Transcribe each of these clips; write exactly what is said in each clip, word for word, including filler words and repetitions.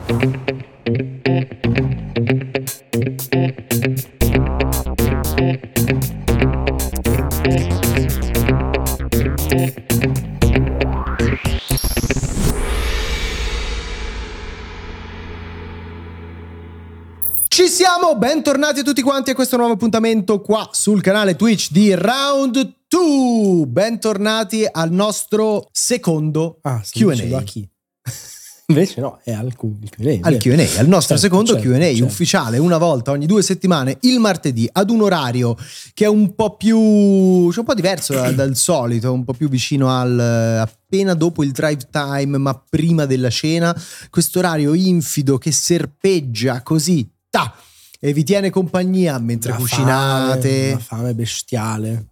Ci siamo, bentornati a tutti quanti a questo nuovo appuntamento qua sul canale Twitch di Round due. Bentornati al nostro secondo ah, Q and A. A chi? Invece no, è al Q and A. Al Q and A, al nostro certo, secondo certo, Q and A certo. ufficiale, una volta ogni due settimane, il martedì, ad un orario che è un po' più, cioè un po' diverso da, dal solito, un po' più vicino al appena dopo il drive time, ma prima della cena. Questo orario infido che serpeggia così, ta, e vi tiene compagnia mentre Una cucinate. Fame, una fame bestiale.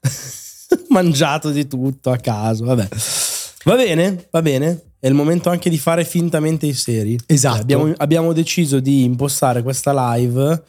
Mangiato di tutto a caso, vabbè. Va bene, va bene. È il momento anche di fare fintamente i seri. Esatto. Cioè, abbiamo, abbiamo deciso di impostare questa live.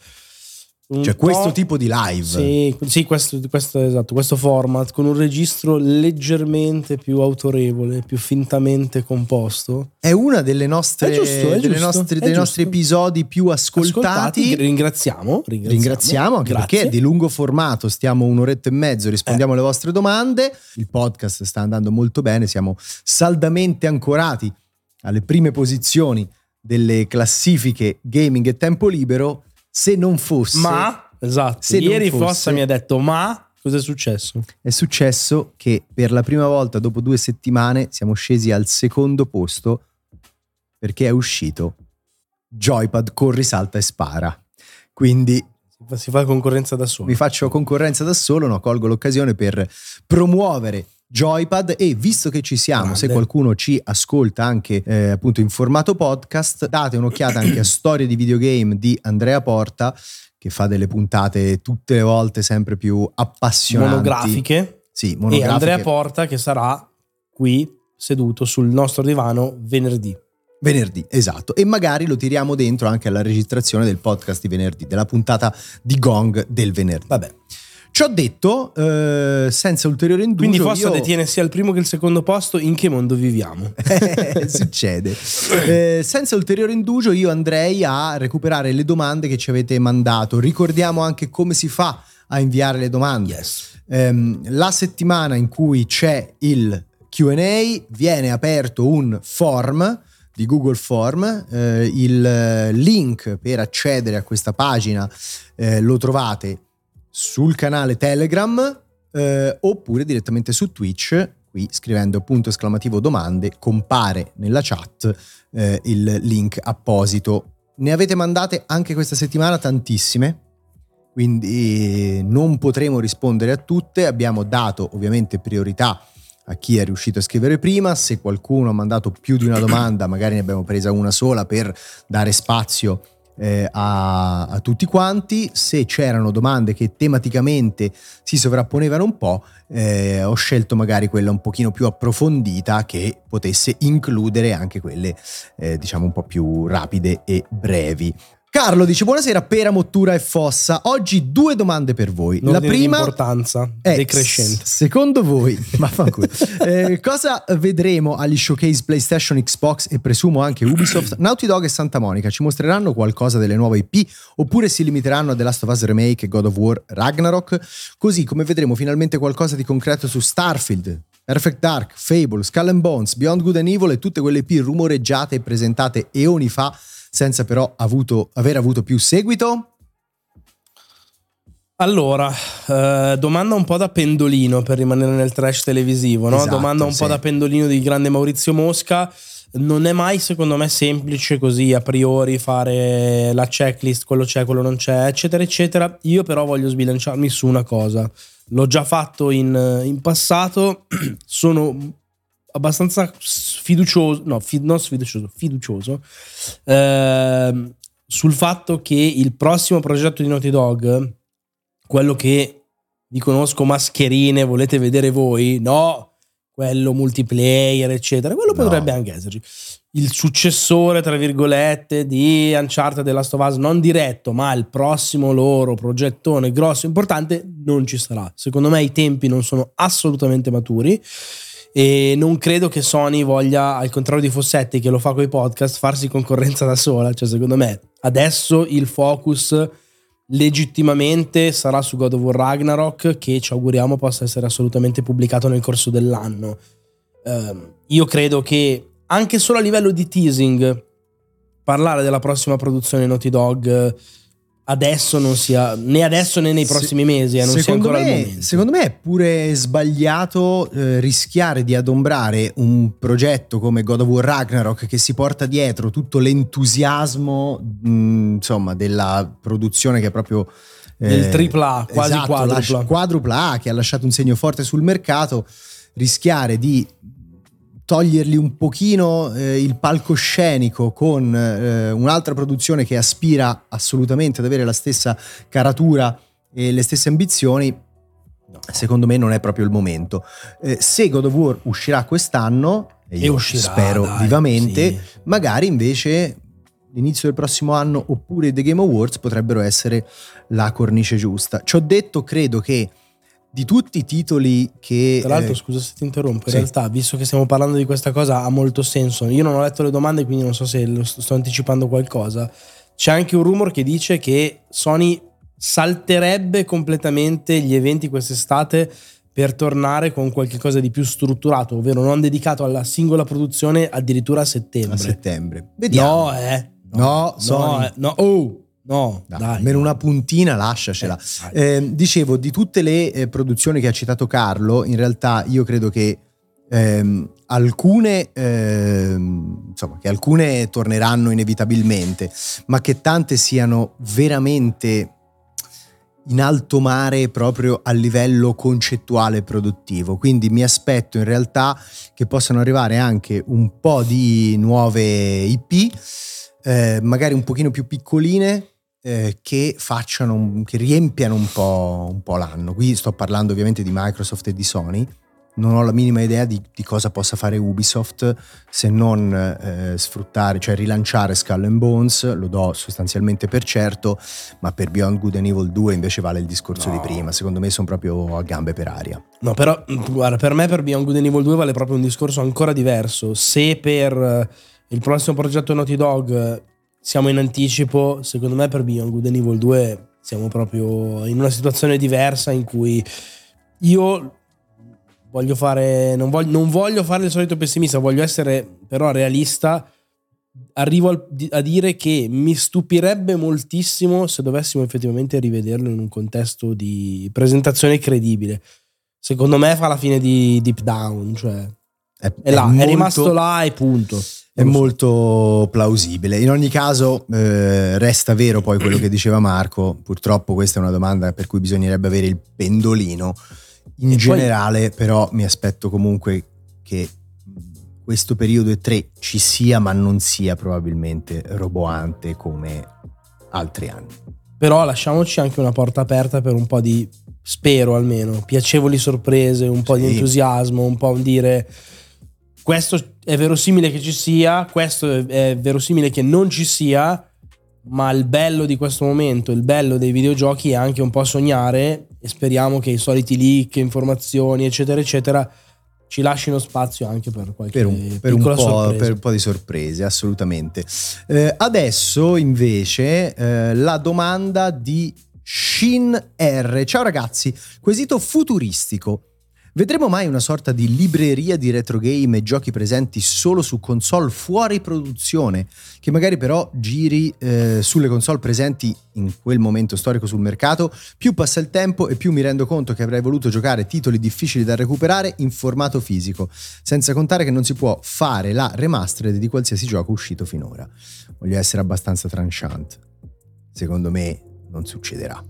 Cioè questo tipo di live. Sì, sì questo, questo, esatto, questo format con un registro leggermente più autorevole, più fintamente composto. È una delle nostre, è giusto, è delle giusto, nostri, è dei giusto. nostri episodi più ascoltati. ascoltati ringraziamo, ringraziamo. Ringraziamo anche Grazie. perché di lungo formato, stiamo un'oretta e mezzo, rispondiamo eh. alle vostre domande. Il podcast sta andando molto bene, siamo saldamente ancorati alle prime posizioni delle classifiche gaming e tempo libero. Se non fosse, ma esatto, se ieri fosse, Fossa mi ha detto: ma cosa è successo? È successo che per la prima volta dopo due settimane siamo scesi al secondo posto perché è uscito Joypad Corri, Salta e Spara. Quindi si fa concorrenza da solo. Vi faccio concorrenza da solo, no? Colgo l'occasione per promuovere Joypad e visto che ci siamo, Grande. Se qualcuno ci ascolta anche eh, appunto in formato podcast, date un'occhiata anche a Storie di Videogame di Andrea Porta, che fa delle puntate tutte le volte sempre più appassionanti. Monografiche. Sì, monografiche. E Andrea Porta che sarà qui seduto sul nostro divano venerdì. Venerdì, esatto. E magari lo tiriamo dentro anche alla registrazione del podcast di venerdì, della puntata di Gong del venerdì. Vabbè. Ci ho detto, eh, senza ulteriore indugio. Quindi Fossa io... detiene sia il primo che il secondo posto. In che mondo viviamo? Eh, succede. Eh, senza ulteriore indugio io andrei a recuperare le domande che ci avete mandato. Ricordiamo anche come si fa a inviare le domande. Yes. Eh, la settimana in cui c'è il Q and A viene aperto un form di Google Form, eh, il link per accedere a questa pagina eh, lo trovate sul canale Telegram eh, oppure direttamente su Twitch. Qui scrivendo punto esclamativo domande compare nella chat eh, il link apposito. Ne avete mandate anche questa settimana tantissime, quindi non potremo rispondere a tutte. Abbiamo dato ovviamente priorità a chi è riuscito a scrivere prima. Se qualcuno ha mandato più di una domanda, magari ne abbiamo presa una sola per dare spazio eh, a, a tutti quanti. Se c'erano domande che tematicamente si sovrapponevano un po', eh, ho scelto magari quella un pochino più approfondita che potesse includere anche quelle eh, diciamo un po' più rapide e brevi. Carlo dice: buonasera Pera, Mottura e Fossa. Oggi due domande per voi. Non la prima di importanza è decrescente. S- secondo voi, ma fanculo, eh, cosa vedremo agli showcase PlayStation, Xbox e presumo anche Ubisoft? Naughty Dog e Santa Monica ci mostreranno qualcosa delle nuove I P oppure si limiteranno a The Last of Us Remake e God of War Ragnarok? Così come vedremo finalmente qualcosa di concreto su Starfield, Perfect Dark, Fable, Skull and Bones, Beyond Good and Evil e tutte quelle I P rumoreggiate e presentate eoni fa senza però avuto, aver avuto più seguito? Allora, eh, domanda un po' da pendolino per rimanere nel trash televisivo, no? Esatto, domanda un sì. po' da pendolino di grande Maurizio Mosca. Non è mai secondo me semplice così a priori fare la checklist, quello c'è, quello non c'è, eccetera eccetera. Io però voglio sbilanciarmi su una cosa. L'ho già fatto in, in passato, sono abbastanza fiducioso, no, fi, non sfiducioso, fiducioso eh, sul fatto che il prossimo progetto di Naughty Dog, quello che vi conosco mascherine, volete vedere voi, no, quello multiplayer eccetera, quello no. potrebbe anche esserci. Il successore tra virgolette di Uncharted e Last of Us, non diretto, ma il prossimo loro progettone grosso importante non ci sarà. Secondo me i tempi non sono assolutamente maturi e non credo che Sony voglia, al contrario di Fossetti che lo fa coi podcast, farsi concorrenza da sola. Cioè secondo me adesso il focus legittimamente sarà su God of War Ragnarok, che ci auguriamo possa essere assolutamente pubblicato nel corso dell'anno. Uh, io credo che anche solo a livello di teasing parlare della prossima produzione Naughty Dog adesso non sia, né adesso né nei prossimi mesi, eh, non sia ancora me, il momento. Secondo me è pure sbagliato eh, rischiare di adombrare un progetto come God of War Ragnarok, che si porta dietro tutto l'entusiasmo mh, insomma della produzione, che è proprio eh, il tripla A, quasi esatto, quadrupla. quadrupla A, che ha lasciato un segno forte sul mercato. Rischiare di togliergli un pochino eh, il palcoscenico con eh, un'altra produzione che aspira assolutamente ad avere la stessa caratura e le stesse ambizioni, no, secondo me non è proprio il momento. Eh, se God of War uscirà quest'anno, e io e uscirà, spero dai, vivamente, sì. magari invece l'inizio del prossimo anno oppure The Game Awards potrebbero essere la cornice giusta. Ci ho detto, credo che di tutti i titoli che... Tra l'altro, eh, scusa se ti interrompo, in sì. realtà, visto che stiamo parlando di questa cosa, ha molto senso. Io non ho letto le domande, quindi non so se lo sto, sto anticipando qualcosa. C'è anche un rumor che dice che Sony salterebbe completamente gli eventi quest'estate per tornare con qualche cosa di più strutturato, ovvero non dedicato alla singola produzione addirittura a settembre. A settembre. Vediamo. No, eh. No, No, Sony. no, eh, no. Oh. No, dai, dai, almeno una puntina lasciacela. Eh, eh, dicevo, di tutte le eh, produzioni che ha citato Carlo, in realtà io credo che ehm, alcune ehm, insomma che alcune torneranno inevitabilmente, ma che tante siano veramente in alto mare proprio a livello concettuale e produttivo. Quindi mi aspetto in realtà che possano arrivare anche un po' di nuove I P, eh, magari un pochino più piccoline, Eh, che facciano, che riempiano un po', un po' l'anno. Qui sto parlando ovviamente di Microsoft e di Sony. Non ho la minima idea di, di cosa possa fare Ubisoft, se non eh, sfruttare, cioè rilanciare Skull and Bones, lo do sostanzialmente per certo, ma per Beyond Good and Evil due invece vale il discorso no. di prima. Secondo me sono proprio a gambe per aria. No, però guarda, per me per Beyond Good and Evil due vale proprio un discorso ancora diverso. Se per il prossimo progetto Naughty Dog siamo in anticipo, secondo me per Beyond Good and Evil due siamo proprio in una situazione diversa, in cui io voglio fare non voglio, non voglio fare il solito pessimista, voglio essere però realista. Arrivo al, a dire che mi stupirebbe moltissimo se dovessimo effettivamente rivederlo in un contesto di presentazione credibile. Secondo me fa la fine di Deep Down, cioè è, è, là, è, molto, è rimasto là e punto. È molto plausibile. In ogni caso eh, resta vero poi quello che diceva Marco. Purtroppo questa è una domanda per cui bisognerebbe avere il pendolino. In e generale poi, però mi aspetto comunque che questo periodo E tre ci sia, ma non sia probabilmente roboante come altri anni. Però lasciamoci anche una porta aperta per un po' di, spero almeno, piacevoli sorprese, un po' sì. di entusiasmo, un po' dire questo è verosimile che ci sia, questo è verosimile che non ci sia, ma il bello di questo momento, il bello dei videogiochi è anche un po' sognare, e speriamo che i soliti leak, informazioni eccetera eccetera ci lasciano spazio anche per qualche per un, per piccola un po', sorpresa. Per un po' di sorprese, assolutamente. Eh, adesso invece eh, la domanda di Shin R. Ciao ragazzi, quesito futuristico. Vedremo mai una sorta di libreria di retro game e giochi presenti solo su console fuori produzione, che magari però giri eh, sulle console presenti in quel momento storico sul mercato? Più passa il tempo e più mi rendo conto che avrei voluto giocare titoli difficili da recuperare in formato fisico, senza contare che non si può fare la remastered di qualsiasi gioco uscito finora. Voglio essere abbastanza tranchant. Secondo me non succederà.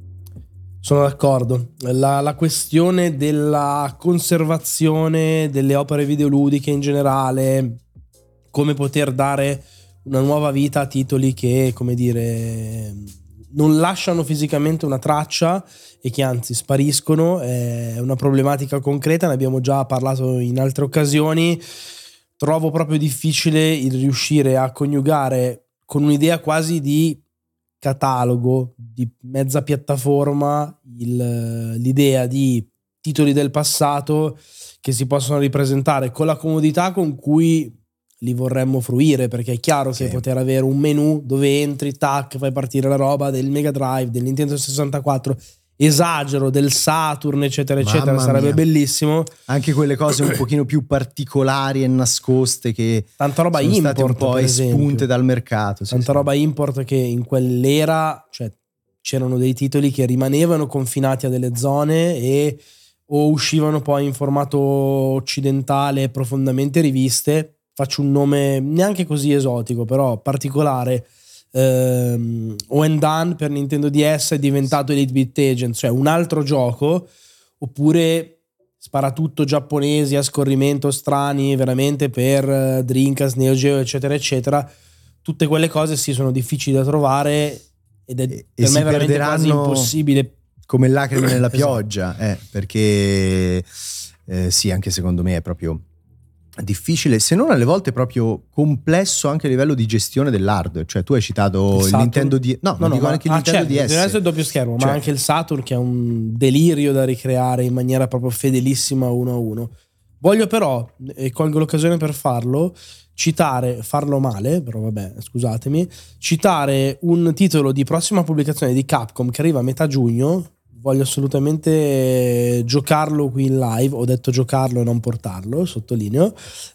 Sono d'accordo. La, la questione della conservazione delle opere videoludiche in generale, come poter dare una nuova vita a titoli che, come dire, non lasciano fisicamente una traccia e che anzi spariscono, è una problematica concreta, ne abbiamo già parlato in altre occasioni. Trovo proprio difficile il riuscire a coniugare con un'idea quasi di catalogo, di mezza piattaforma, il, l'idea di titoli del passato che si possono ripresentare con la comodità con cui li vorremmo fruire, perché è chiaro sì. che poter avere un menu dove entri, tac, fai partire la roba del Mega Drive, del Nintendo sessantaquattro, esagero, del Saturn, eccetera, Mamma eccetera, sarebbe mia. bellissimo. Anche quelle cose un pochino più particolari e nascoste che tanta roba sono import, state un po' espunte dal mercato. Sì, tanta sì. roba import che in quell'era, cioè, c'erano dei titoli che rimanevano confinati a delle zone e o uscivano poi in formato occidentale profondamente riviste. Faccio un nome neanche così esotico, però particolare. Um, When Done per Nintendo D S è diventato Elite Beat Agent, cioè un altro gioco, oppure sparatutto giapponesi a scorrimento strani veramente per Dreamcast, Neo Geo, eccetera, eccetera. Tutte quelle cose sì sono difficili da trovare ed è e, per e me veramente quasi impossibile. Come lacrime nella pioggia, eh, perché eh, sì, anche secondo me è proprio difficile, se non alle volte proprio complesso anche a livello di gestione dell'hardware. Cioè tu hai citato il, il Nintendo D S, no, no, no dico ma, anche il ah, Nintendo certo, D S, adesso è il doppio schermo, cioè, ma anche il Saturn che è un delirio da ricreare in maniera proprio fedelissima uno a uno. Voglio però, e colgo l'occasione per farlo, citare, farlo male, però vabbè, scusatemi, citare un titolo di prossima pubblicazione di Capcom che arriva a metà giugno. Voglio assolutamente giocarlo qui in live. Ho detto giocarlo e non portarlo, sottolineo,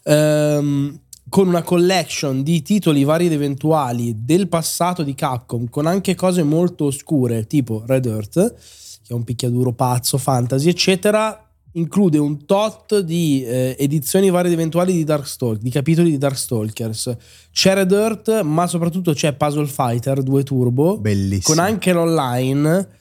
ehm, con una collection di titoli vari ed eventuali del passato di Capcom, con anche cose molto oscure tipo Red Earth, che è un picchiaduro pazzo, fantasy eccetera. Include un tot di eh, edizioni varie ed eventuali di Darkstalkers, di capitoli di Darkstalkers. C'è Red Earth, ma soprattutto c'è Puzzle Fighter due Turbo, bellissimo, con anche l'online.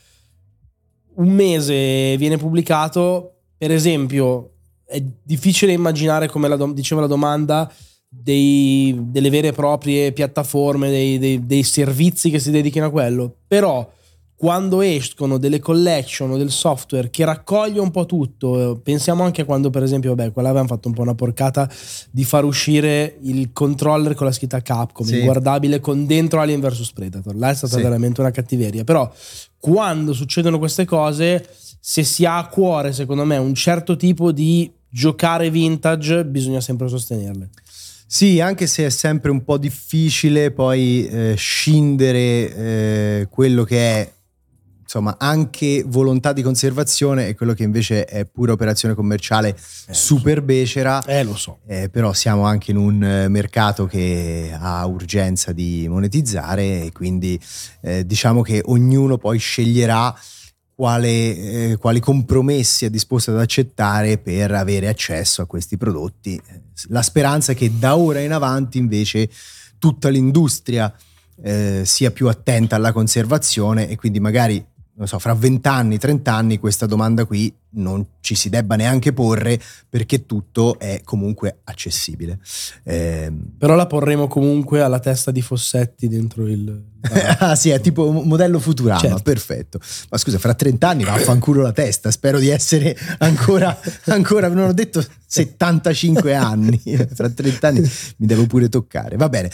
Un mese viene pubblicato, per esempio, è difficile immaginare, come la dom- diceva la domanda, dei, delle vere e proprie piattaforme, dei, dei, dei servizi che si dedichino a quello, però quando escono delle collection o del software che raccoglie un po' tutto, pensiamo anche a quando per esempio, vabbè, quella avevano fatto un po' una porcata di far uscire il controller con la scritta Capcom, sì. guardabile con dentro Alien versus Predator, là è stata sì. veramente una cattiveria. Però quando succedono queste cose, se si ha a cuore secondo me un certo tipo di giocare vintage, bisogna sempre sostenerle. Sì, anche se è sempre un po' difficile poi eh, scindere eh, quello che è insomma anche volontà di conservazione e quello che invece è pura operazione commerciale eh, super so. becera. Eh lo so. Eh, però siamo anche in un mercato che ha urgenza di monetizzare e quindi eh, diciamo che ognuno poi sceglierà quale, eh, quali compromessi è disposto ad accettare per avere accesso a questi prodotti. La speranza è che da ora in avanti invece tutta l'industria eh, sia più attenta alla conservazione e quindi magari non so, fra vent'anni, trent'anni questa domanda qui non ci si debba neanche porre perché tutto è comunque accessibile. Eh... Però la porremo comunque alla testa di Fossetti dentro il... ah sì, è tipo un modello Futurama, certo. Perfetto. Ma scusa, fra trent'anni vaffanculo la testa, spero di essere ancora, ancora non ho detto settantacinque anni, fra trent'anni mi devo pure toccare, va bene.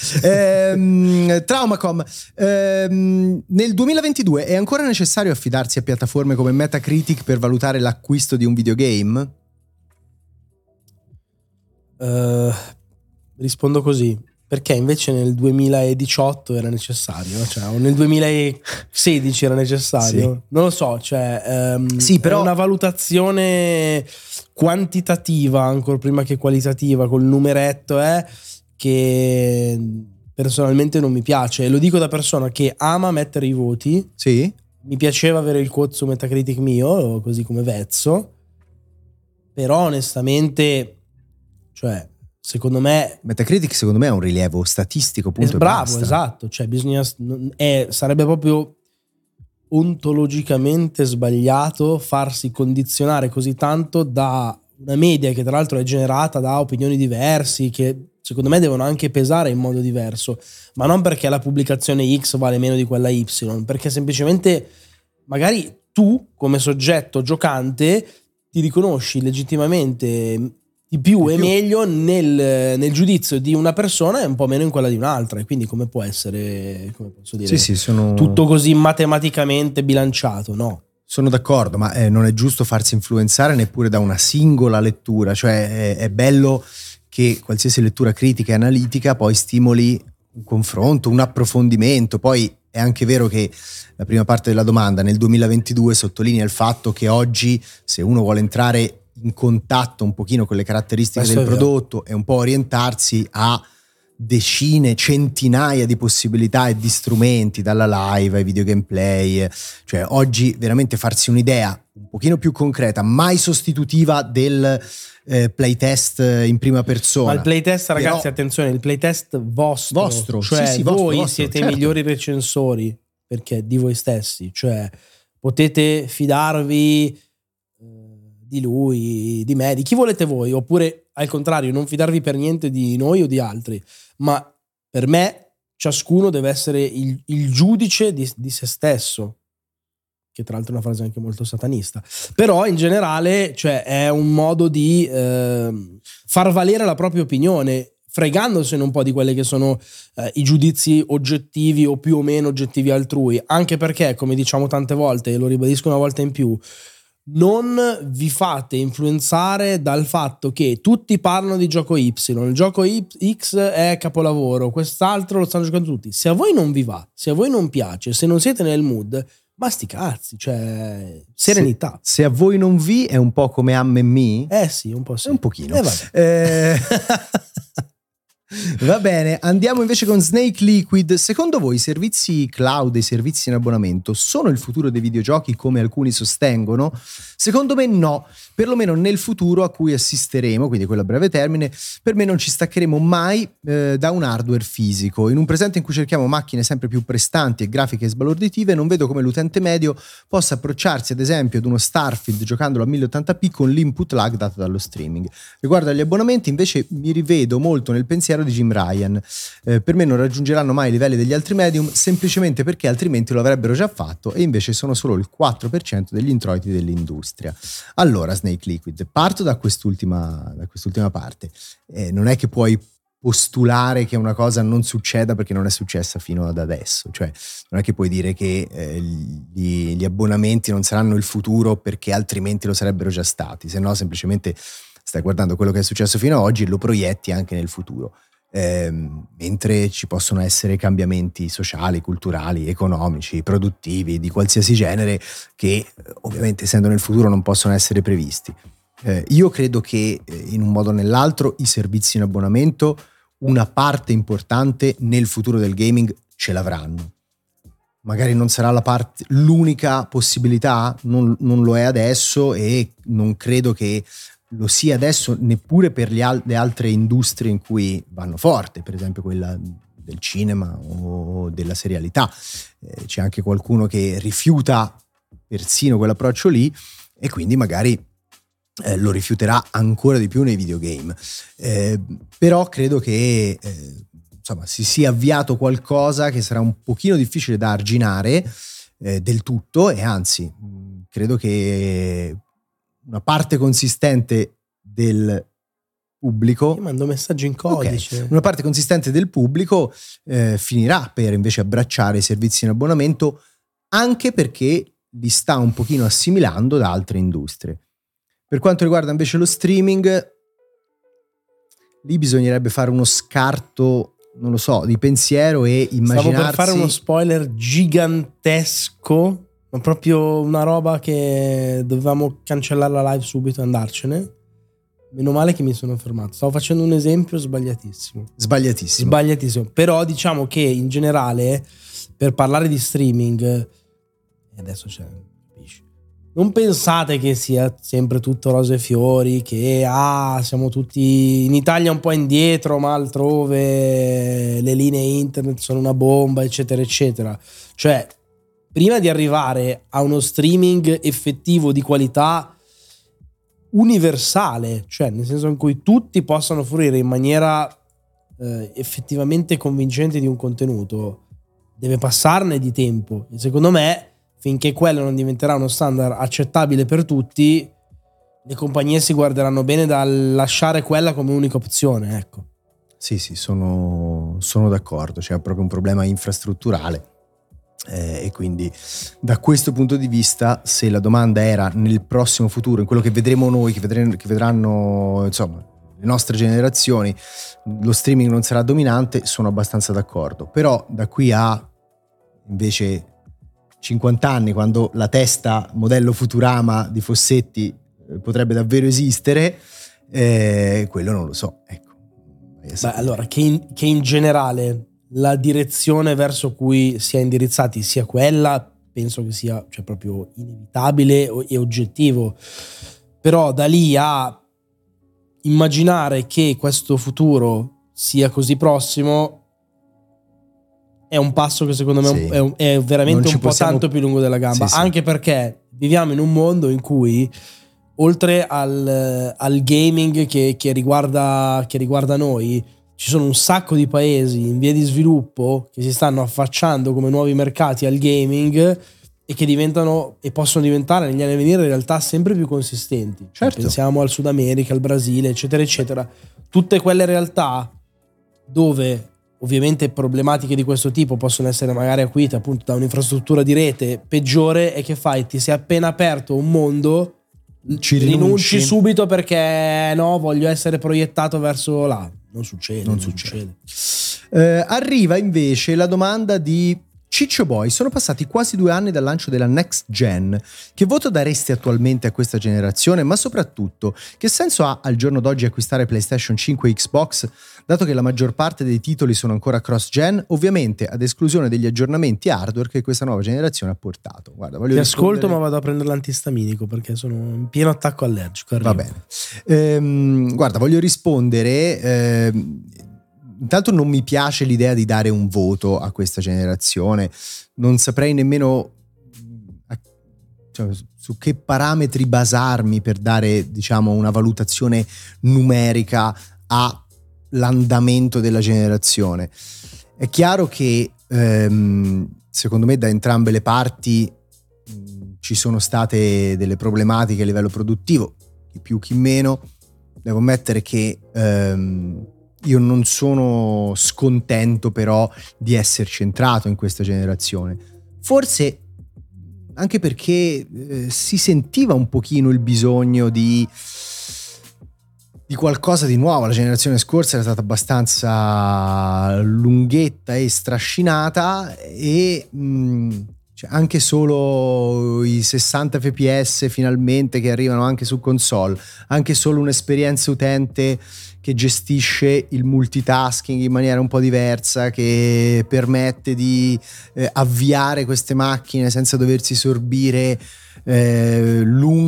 Ehm, Traumacom, ehm, nel duemilaventidue è ancora necessario affidarsi a piattaforme come Metacritic per valutare l'acquisto di un videogame? Uh, rispondo così. Perché invece nel duemiladiciotto era necessario, cioè, o nel duemilasedici era necessario, sì. non lo so, cioè um, sì, però... è una valutazione quantitativa ancora prima che qualitativa, col numeretto, eh, che personalmente non mi piace, e lo dico da persona che ama mettere i voti. Sì. Mi piaceva avere il quote su Metacritic mio, così come Vezzo, però onestamente, cioè, secondo me Metacritic secondo me ha un rilievo statistico, punto, è bravo, e basta. Esatto, cioè bisogna è, sarebbe proprio ontologicamente sbagliato farsi condizionare così tanto da una media che tra l'altro è generata da opinioni diversi che secondo me devono anche pesare in modo diverso, ma non perché la pubblicazione X vale meno di quella Y, perché semplicemente magari tu come soggetto giocante ti riconosci legittimamente di più e meglio nel, nel giudizio di una persona e un po' meno in quella di un'altra, e quindi come può essere, come posso dire, sì, sì, sono... tutto così matematicamente bilanciato? No. Sono d'accordo, ma eh, non è giusto farsi influenzare neppure da una singola lettura, cioè è, è bello che qualsiasi lettura critica e analitica poi stimoli un confronto, un approfondimento. Poi è anche vero che la prima parte della domanda nel duemilaventidue sottolinea il fatto che oggi, se uno vuole entrare in contatto un pochino con le caratteristiche Questo del è vero. prodotto e un po' orientarsi a decine, centinaia di possibilità e di strumenti, dalla live ai video gameplay, cioè oggi veramente farsi un'idea un pochino più concreta, mai sostitutiva del eh, playtest in prima persona. Ma il playtest, ragazzi, Però, attenzione, il playtest vostro, vostro, cioè sì, sì, voi vostro, vostro, siete certo. i migliori recensori perché di voi stessi, cioè potete fidarvi eh, di lui, di me, di chi volete voi, oppure al contrario non fidarvi per niente di noi o di altri, ma per me ciascuno deve essere il, il giudice di, di se stesso, che tra l'altro è una frase anche molto satanista, però in generale, cioè, è un modo di eh, far valere la propria opinione, fregandosene un po' di quelli che sono eh, i giudizi oggettivi o più o meno oggettivi altrui, anche perché, come diciamo tante volte, e lo ribadisco una volta in più, non vi fate influenzare dal fatto che tutti parlano di gioco Y, il gioco X è capolavoro, quest'altro lo stanno giocando tutti. Se a voi non vi va, se a voi non piace, se non siete nel mood, ma sti cazzi, cioè serenità. Se, se a voi non vi è un po' come Am e Me? Eh sì, un po' sì. È un pochino. Eh, vabbè. Eh... Va bene, andiamo invece con Snake Liquid. Secondo voi i servizi cloud e i servizi in abbonamento sono il futuro dei videogiochi come alcuni sostengono? Secondo me no, perlomeno nel futuro a cui assisteremo, quindi quello a breve termine, per me non ci staccheremo mai eh, da un hardware fisico. In un presente in cui cerchiamo macchine sempre più prestanti e grafiche sbalorditive, non vedo come l'utente medio possa approcciarsi ad esempio ad uno Starfield giocandolo a mille ottanta p con l'input lag dato dallo streaming. Riguardo agli abbonamenti invece mi rivedo molto nel pensiero di Jim Ryan. Eh, per me non raggiungeranno mai i livelli degli altri medium semplicemente perché altrimenti lo avrebbero già fatto e invece sono solo il quattro per cento degli introiti dell'industria. Allora Snake Liquid, parto da quest'ultima, da quest'ultima parte. Eh, non è che puoi postulare che una cosa non succeda perché non è successa fino ad adesso, cioè non è che puoi dire che eh, gli, gli abbonamenti non saranno il futuro perché altrimenti lo sarebbero già stati, se no semplicemente stai guardando quello che è successo fino ad oggi e lo proietti anche nel futuro. Eh, mentre ci possono essere cambiamenti sociali, culturali, economici, produttivi, di qualsiasi genere che ovviamente essendo nel futuro non possono essere previsti. Eh, io credo che eh, in un modo o nell'altro i servizi in abbonamento una parte importante nel futuro del gaming ce l'avranno. Magari non sarà la parte, l'unica possibilità, non, non lo è adesso e non credo che lo sia adesso neppure per le, al- le altre industrie in cui vanno forte, per esempio quella del cinema o della serialità. Eh, c'è anche qualcuno che rifiuta persino quell'approccio lì e quindi magari eh, lo rifiuterà ancora di più nei videogame. Eh, però credo che eh, insomma si sia avviato qualcosa che sarà un pochino difficile da arginare eh, del tutto e anzi mh, credo che una parte consistente del pubblico. Io mando messaggi in codice. Okay. Una parte consistente del pubblico eh, finirà per invece abbracciare i servizi in abbonamento anche perché li sta un pochino assimilando da altre industrie. Per quanto riguarda invece lo streaming, lì bisognerebbe fare uno scarto, non lo so, di pensiero e immaginarsi. Stavo per fare uno spoiler gigantesco, ma proprio una roba che dovevamo cancellare la live subito e andarcene. Meno male che mi sono fermato. Stavo facendo un esempio sbagliatissimo. Sbagliatissimo. Sbagliatissimo. Però diciamo che in generale, per parlare di streaming, e adesso c'è, capisci? Non pensate che sia sempre tutto rose e fiori, che ah, siamo tutti in Italia un po' indietro, ma altrove le linee internet sono una bomba, eccetera, eccetera. Cioè, prima di arrivare a uno streaming effettivo di qualità universale, cioè nel senso in cui tutti possano fruire in maniera eh, effettivamente convincente di un contenuto, deve passarne di tempo. E secondo me, finché quello non diventerà uno standard accettabile per tutti, le compagnie si guarderanno bene dal lasciare quella come unica opzione, ecco. Sì, sì, sono, sono d'accordo. C'è proprio un problema infrastrutturale Eh, e quindi da questo punto di vista, se la domanda era nel prossimo futuro, in quello che vedremo noi, che, vedremo, che vedranno insomma le nostre generazioni, lo streaming non sarà dominante, sono abbastanza d'accordo. Però da qui a invece cinquanta anni, quando la testa modello Futurama di Fossetti eh, potrebbe davvero esistere, eh, quello non lo so, ecco. Beh, allora che in, che in generale la direzione verso cui si è indirizzati sia quella, penso che sia, cioè, proprio inevitabile e oggettivo. Però da lì a immaginare che questo futuro sia così prossimo è un passo che secondo me sì. è, un, è veramente un po' possiamo... tanto più lungo della gamba, sì, sì. Anche perché viviamo in un mondo in cui oltre al, al gaming che, che, riguarda, che riguarda noi, ci sono un sacco di paesi in via di sviluppo che si stanno affacciando come nuovi mercati al gaming e che diventano e possono diventare negli anni a venire in realtà sempre più consistenti. Certo. Pensiamo al Sud America, al Brasile, eccetera, eccetera. Tutte quelle realtà dove ovviamente problematiche di questo tipo possono essere magari acuite appunto da un'infrastruttura di rete peggiore, e che fai? Ti sei appena aperto un mondo, ci rinunci, rinunci subito perché no, voglio essere proiettato verso là. Non succede, non, non succede. succede. Eh, arriva invece la domanda di Ciccio Boy. Sono passati quasi due anni dal lancio della Next Gen. Che voto daresti attualmente a questa generazione? Ma soprattutto, che senso ha al giorno d'oggi acquistare PlayStation cinque e Xbox, dato che la maggior parte dei titoli sono ancora cross-gen, ovviamente ad esclusione degli aggiornamenti hardware che questa nuova generazione ha portato? Guarda, voglio Ti rispondere... ascolto, ma vado a prendere l'antistaminico perché sono in pieno attacco allergico. Arrivo. Va bene. Ehm, guarda, voglio rispondere... Ehm, Intanto non mi piace l'idea di dare un voto a questa generazione, non saprei nemmeno a, cioè, su che parametri basarmi per dare, diciamo, una valutazione numerica all'andamento della generazione. È chiaro che ehm, secondo me da entrambe le parti mh, ci sono state delle problematiche a livello produttivo, chi più chi meno. Devo ammettere che ehm, io non sono scontento però di esserci entrato in questa generazione, forse anche perché eh, si sentiva un pochino il bisogno di di qualcosa di nuovo. La generazione scorsa era stata abbastanza lunghetta e strascinata e mh, cioè anche solo i sessanta F P S finalmente che arrivano anche su console, anche solo un'esperienza utente che gestisce il multitasking in maniera un po' diversa, che permette di eh, avviare queste macchine senza doversi sorbire eh,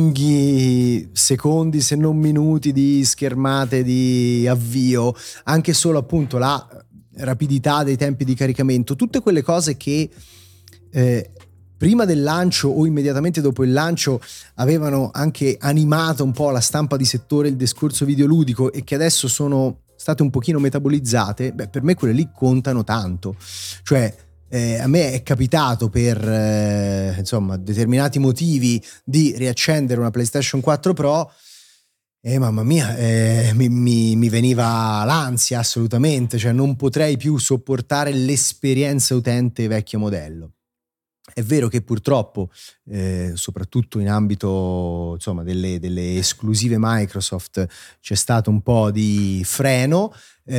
lunghi secondi se non minuti di schermate di avvio, anche solo appunto la rapidità dei tempi di caricamento, tutte quelle cose che eh, prima del lancio o immediatamente dopo il lancio avevano anche animato un po' la stampa di settore, il discorso videoludico, e che adesso sono state un pochino metabolizzate. Beh, per me quelle lì contano tanto. Cioè eh, a me è capitato per eh, insomma determinati motivi di riaccendere una PlayStation quattro Pro e eh, mamma mia, eh, mi, mi, mi veniva l'ansia assolutamente, cioè non potrei più sopportare l'esperienza utente vecchio modello. È vero che purtroppo, eh, soprattutto in ambito insomma delle, delle esclusive Microsoft, c'è stato un po' di freno.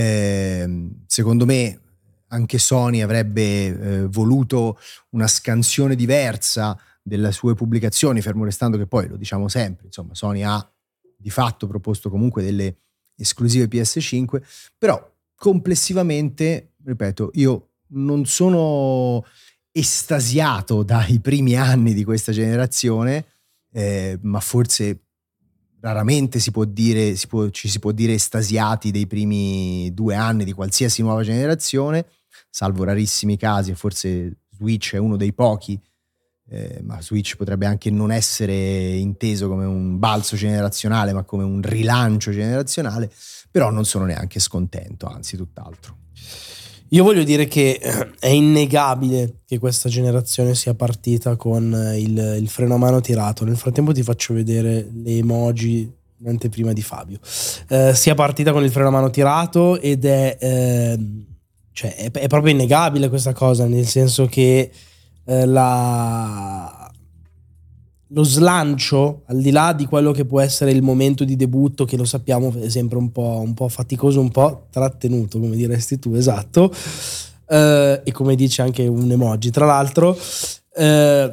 Eh, secondo me anche Sony avrebbe eh, voluto una scansione diversa delle sue pubblicazioni, fermo restando che poi, lo diciamo sempre, insomma Sony ha di fatto proposto comunque delle esclusive P S cinque, però complessivamente, ripeto, io non sono estasiato dai primi anni di questa generazione, eh, ma forse raramente si può dire, si può, ci si può dire estasiati dei primi due anni di qualsiasi nuova generazione, salvo rarissimi casi, e forse Switch è uno dei pochi, eh, ma Switch potrebbe anche non essere inteso come un balzo generazionale, ma come un rilancio generazionale, però non sono neanche scontento, anzi tutt'altro. Io voglio dire che è innegabile che questa generazione sia partita con il, il freno a mano tirato. Nel frattempo ti faccio vedere le emoji in anteprima di Fabio. Eh, sia partita con il freno a mano tirato ed è, eh, cioè è, è proprio innegabile questa cosa, nel senso che eh, la, lo slancio, al di là di quello che può essere il momento di debutto, che lo sappiamo è sempre un po', un po' faticoso, un po' trattenuto, come diresti tu, esatto, eh, e come dice anche un emoji, tra l'altro, eh,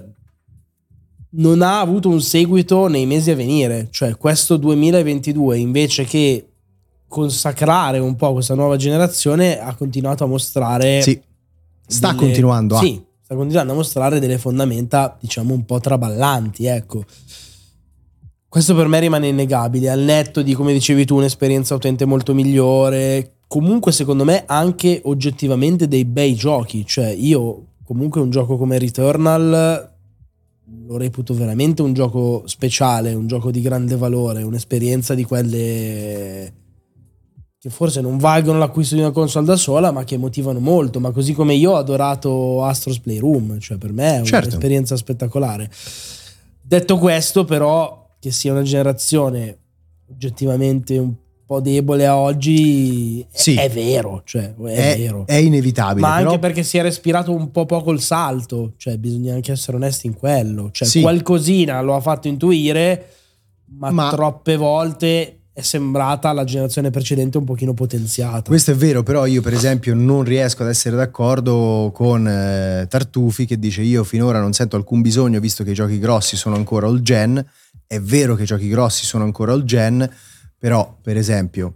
non ha avuto un seguito nei mesi a venire. Cioè questo duemilaventidue, invece che consacrare un po' questa nuova generazione, ha continuato a mostrare sì, sta delle, continuando a sì, sta continuando a mostrare delle fondamenta, diciamo, un po' traballanti, ecco. Questo per me rimane innegabile, al netto di, come dicevi tu, un'esperienza utente molto migliore, comunque secondo me anche oggettivamente dei bei giochi. Cioè io comunque un gioco come Returnal lo reputo veramente un gioco speciale, un gioco di grande valore, un'esperienza di quelle che forse non valgono l'acquisto di una console da sola, ma che motivano molto. Ma così come io ho adorato Astro's Playroom, cioè per me è certo. un'esperienza spettacolare. Detto questo, però, che sia una generazione oggettivamente un po' debole a oggi, sì, è, è vero, cioè è, è vero, è inevitabile, ma però... anche perché si è respirato un po' poco il salto, cioè bisogna anche essere onesti in quello, cioè sì, qualcosina lo ha fatto intuire, ma, ma troppe volte è sembrata la generazione precedente un pochino potenziata. Questo è vero, però io per esempio non riesco ad essere d'accordo con eh, Tartufi, che dice: io finora non sento alcun bisogno, visto che i giochi grossi sono ancora all gen. È vero che i giochi grossi sono ancora all gen, però per esempio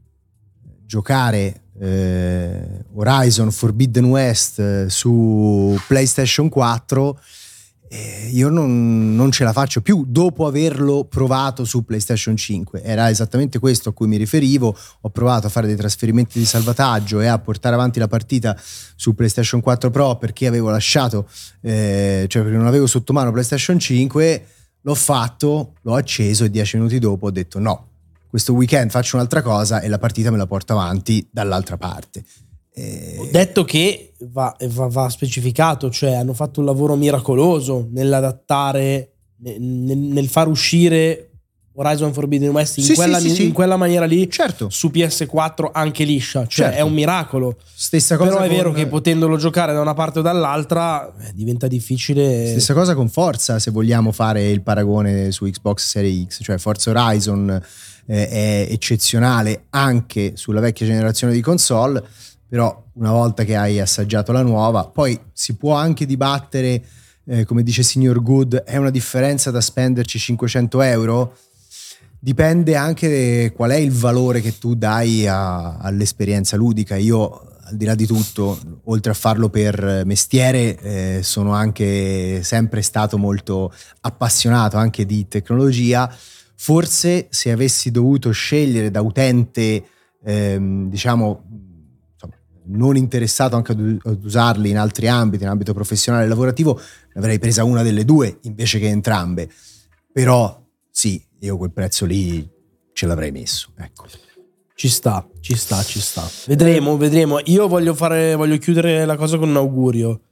giocare eh, Horizon Forbidden West eh, su PlayStation quattro, eh, io non, non ce la faccio più dopo averlo provato su PlayStation cinque. Era esattamente questo a cui mi riferivo. Ho provato a fare dei trasferimenti di salvataggio e a portare avanti la partita su PlayStation quattro Pro perché avevo lasciato eh, cioè perché non avevo sotto mano PlayStation cinque. L'ho fatto, l'ho acceso e dieci minuti dopo ho detto no, questo weekend faccio un'altra cosa e la partita me la porto avanti dall'altra parte. E... Ho detto che va, va, va specificato, cioè hanno fatto un lavoro miracoloso nell'adattare, nel, nel far uscire Horizon Forbidden West in, sì, quella, sì, sì, in quella maniera lì, certo, su P S quattro anche liscia, cioè certo, è un miracolo. Stessa cosa. Però è con... vero che potendolo giocare da una parte o dall'altra eh, diventa difficile. Stessa cosa con Forza, se vogliamo fare il paragone su Xbox Series X, cioè Forza Horizon eh, è eccezionale anche sulla vecchia generazione di console, però una volta che hai assaggiato la nuova, poi si può anche dibattere, eh, come dice Signor Good, è una differenza da spenderci cinquecento euro? Dipende anche qual è il valore che tu dai a, all'esperienza ludica. Io, al di là di tutto, oltre a farlo per mestiere, eh, sono anche sempre stato molto appassionato anche di tecnologia. Forse se avessi dovuto scegliere da utente, ehm, diciamo, insomma, non interessato anche ad, ad usarli in altri ambiti, in ambito professionale e lavorativo, ne avrei presa una delle due invece che entrambe. Però sì, io quel prezzo lì ce l'avrei messo, ecco. Ci sta, ci sta, ci sta. Vedremo, vedremo. Io voglio fare, voglio chiudere la cosa con un augurio.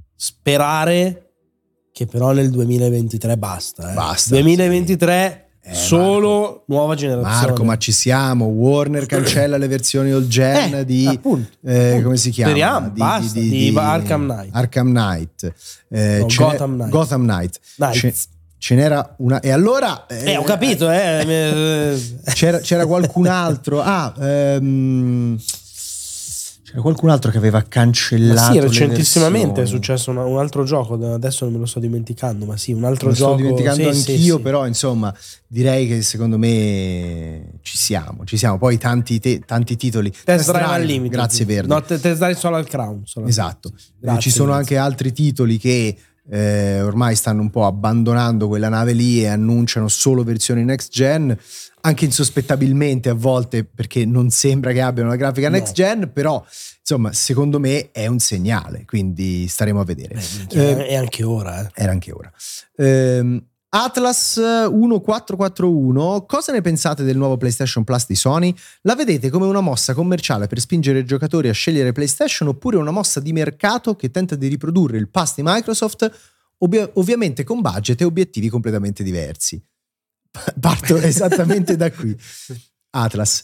Sperare che però nel duemilaventitré basta. Eh. Basta. duemilaventitré sì. eh, solo Marco, nuova generazione. Marco, ma ci siamo. Warner cancella le versioni all gen eh, di appunto, eh, appunto. come si chiama? Speriamo, di, basta. Di, Di, di, Arkham Knight. Arkham Knight. Eh, no, Gotham Knight. Gotham Knight. Knight. Ce n'era una, e allora eh, eh ho capito eh. c'era, c'era qualcun altro ah ehm, c'era qualcun altro che aveva cancellato. Ma sì, recentissimamente le è successo un, un altro gioco, adesso non me lo sto dimenticando, ma sì, un altro lo gioco. sto dimenticando sì, anch'io, sì, però insomma direi che secondo me ci siamo, ci siamo. Poi tanti, te, tanti titoli. Test, Test Drive al limite. Grazie Verde. No, Test Drive solo al Crown. Solo esatto. Grazie, ci sono grazie. anche altri titoli che Eh, ormai stanno un po' abbandonando quella nave lì e annunciano solo versioni next gen, anche insospettabilmente a volte, perché non sembra che abbiano una grafica next no. gen, però insomma secondo me è un segnale, quindi staremo a vedere. Beh, eh, è anche ora eh. era anche ora eh, Atlas millequattrocentoquarantuno, cosa ne pensate del nuovo PlayStation Plus di Sony? La vedete come una mossa commerciale per spingere i giocatori a scegliere PlayStation, oppure una mossa di mercato che tenta di riprodurre il pass di Microsoft, ovvi- ovviamente con budget e obiettivi completamente diversi? Parto esattamente da qui. Atlas,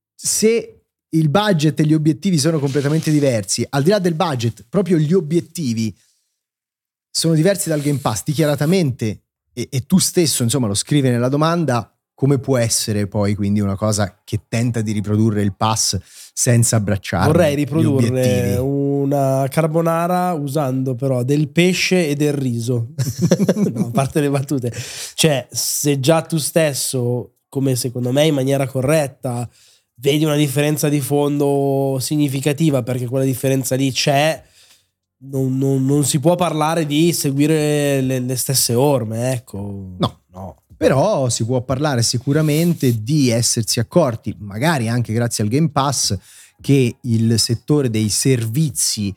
se il budget e gli obiettivi sono completamente diversi, al di là del budget, proprio gli obiettivi sono diversi dal Game Pass dichiaratamente, e, e tu stesso insomma lo scrivi nella domanda, come può essere poi quindi una cosa che tenta di riprodurre il pass senza abbracciare? Vorrei riprodurre una carbonara usando però del pesce e del riso. No, a parte le battute, cioè se già tu stesso, come secondo me in maniera corretta, vedi una differenza di fondo significativa, perché quella differenza lì c'è, non, non, non si può parlare di seguire le, le stesse orme, ecco. No, no. Però si può parlare sicuramente di essersi accorti, magari anche grazie al Game Pass, che il settore dei servizi,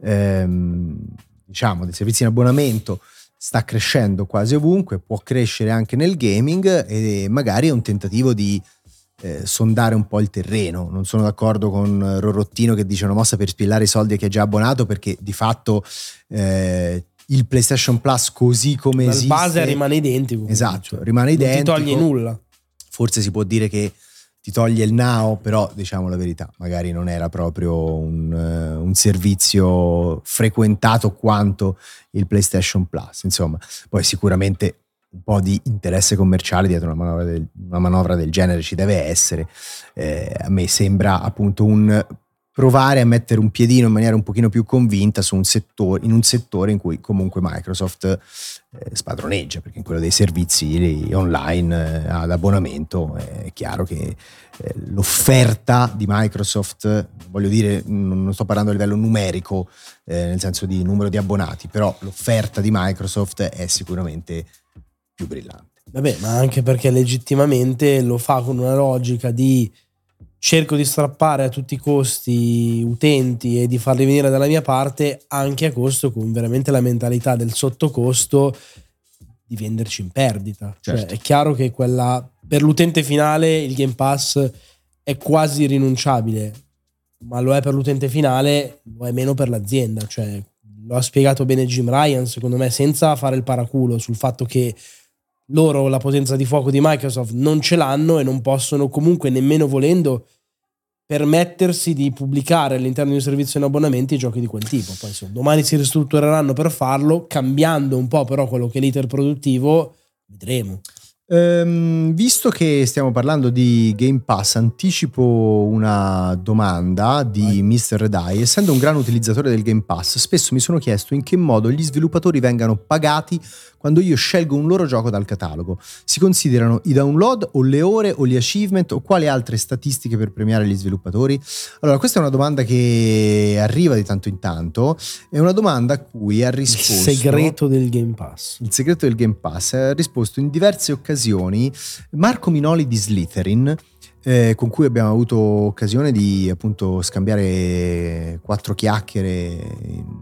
ehm, diciamo, dei servizi in abbonamento sta crescendo quasi ovunque, può crescere anche nel gaming, e magari è un tentativo di eh, sondare un po' il terreno. Non sono d'accordo con Rorottino che dice una mossa per spillare i soldi a chi è già abbonato, perché di fatto eh, il PlayStation Plus così come esiste, il base rimane identico. Esatto, cioè, rimane identico. Non ti toglie nulla. Forse si può dire che ti toglie il now, però diciamo la verità, magari non era proprio un, uh, un servizio frequentato quanto il PlayStation Plus. Insomma, poi sicuramente un po' di interesse commerciale dietro una manovra del, una manovra del genere ci deve essere. Eh, a me sembra appunto un provare a mettere un piedino in maniera un pochino più convinta su un settore, in un settore in cui comunque Microsoft eh, spadroneggia, perché in quello dei servizi online eh, ad abbonamento è chiaro che eh, l'offerta di Microsoft, voglio dire, non sto parlando a livello numerico, eh, nel senso di numero di abbonati, però l'offerta di Microsoft è sicuramente più brillante. Vabbè, ma anche perché legittimamente lo fa con una logica di cerco di strappare a tutti i costi utenti e di farli venire dalla mia parte, anche a costo, con veramente la mentalità del sottocosto di venderci in perdita. Certo. Cioè, è chiaro che quella per l'utente finale il Game Pass è quasi irrinunciabile, ma lo è per l'utente finale, lo è meno per l'azienda. Cioè, lo ha spiegato bene Jim Ryan, secondo me, senza fare il paraculo sul fatto che loro la potenza di fuoco di Microsoft non ce l'hanno e non possono comunque, nemmeno volendo, permettersi di pubblicare all'interno di un servizio in abbonamenti giochi di quel tipo. Poi insomma, domani si ristruttureranno per farlo, cambiando un po' però quello che è l'iter produttivo, vedremo. Um, visto che stiamo parlando di Game Pass, anticipo una domanda di Vai. mister Redai. Essendo un gran utilizzatore del Game Pass, spesso mi sono chiesto in che modo gli sviluppatori vengano pagati quando io scelgo un loro gioco dal catalogo. Si considerano i download o le ore o gli achievement o quali altre statistiche per premiare gli sviluppatori? Allora, questa è una domanda che arriva di tanto in tanto, è una domanda a cui ha risposto il segreto del Game Pass. Il segreto del Game Pass ha risposto in diverse occasioni Marco Minoli di Slytherin, eh, con cui abbiamo avuto occasione di appunto scambiare quattro chiacchiere in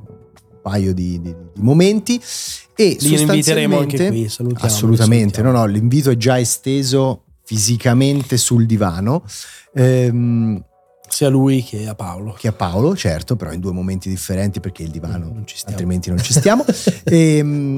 paio di, di, di momenti, e li inviteremo anche qui. Salutiamo, assolutamente, salutiamo. no no l'invito è già esteso fisicamente sul divano, ehm, sia a lui che a Paolo che a Paolo, certo, però in due momenti differenti, perché il divano non ci altrimenti non ci stiamo. e,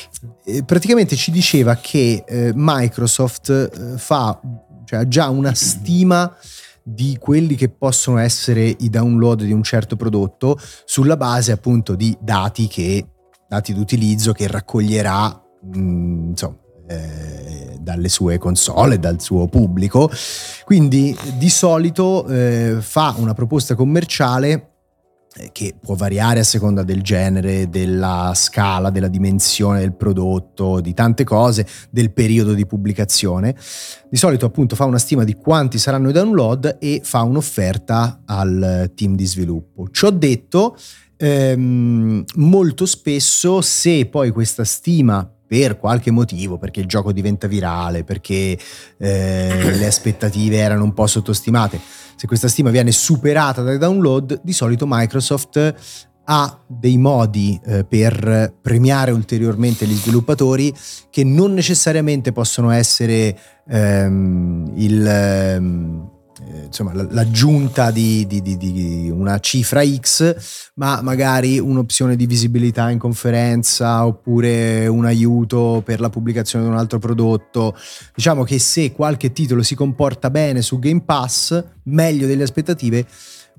e praticamente ci diceva che eh, Microsoft eh, fa, cioè ha già una stima di quelli che possono essere i download di un certo prodotto sulla base appunto di dati che dati d'utilizzo che raccoglierà mh, insomma eh, dalle sue console, dal suo pubblico. Quindi di solito eh, fa una proposta commerciale che può variare a seconda del genere, della scala, della dimensione del prodotto, di tante cose, del periodo di pubblicazione. Di solito appunto fa una stima di quanti saranno i download e fa un'offerta al team di sviluppo. Ciò detto, ehm, molto spesso, se poi questa stima per qualche motivo, perché il gioco diventa virale, perché eh, le aspettative erano un po' sottostimate, se questa stima viene superata dai download, di solito Microsoft ha dei modi eh, per premiare ulteriormente gli sviluppatori, che non necessariamente possono essere ehm, il ehm, insomma l'aggiunta di, di, di, di una cifra X, ma magari un'opzione di visibilità in conferenza, oppure un aiuto per la pubblicazione di un altro prodotto. Diciamo che se qualche titolo si comporta bene su Game Pass, meglio delle aspettative,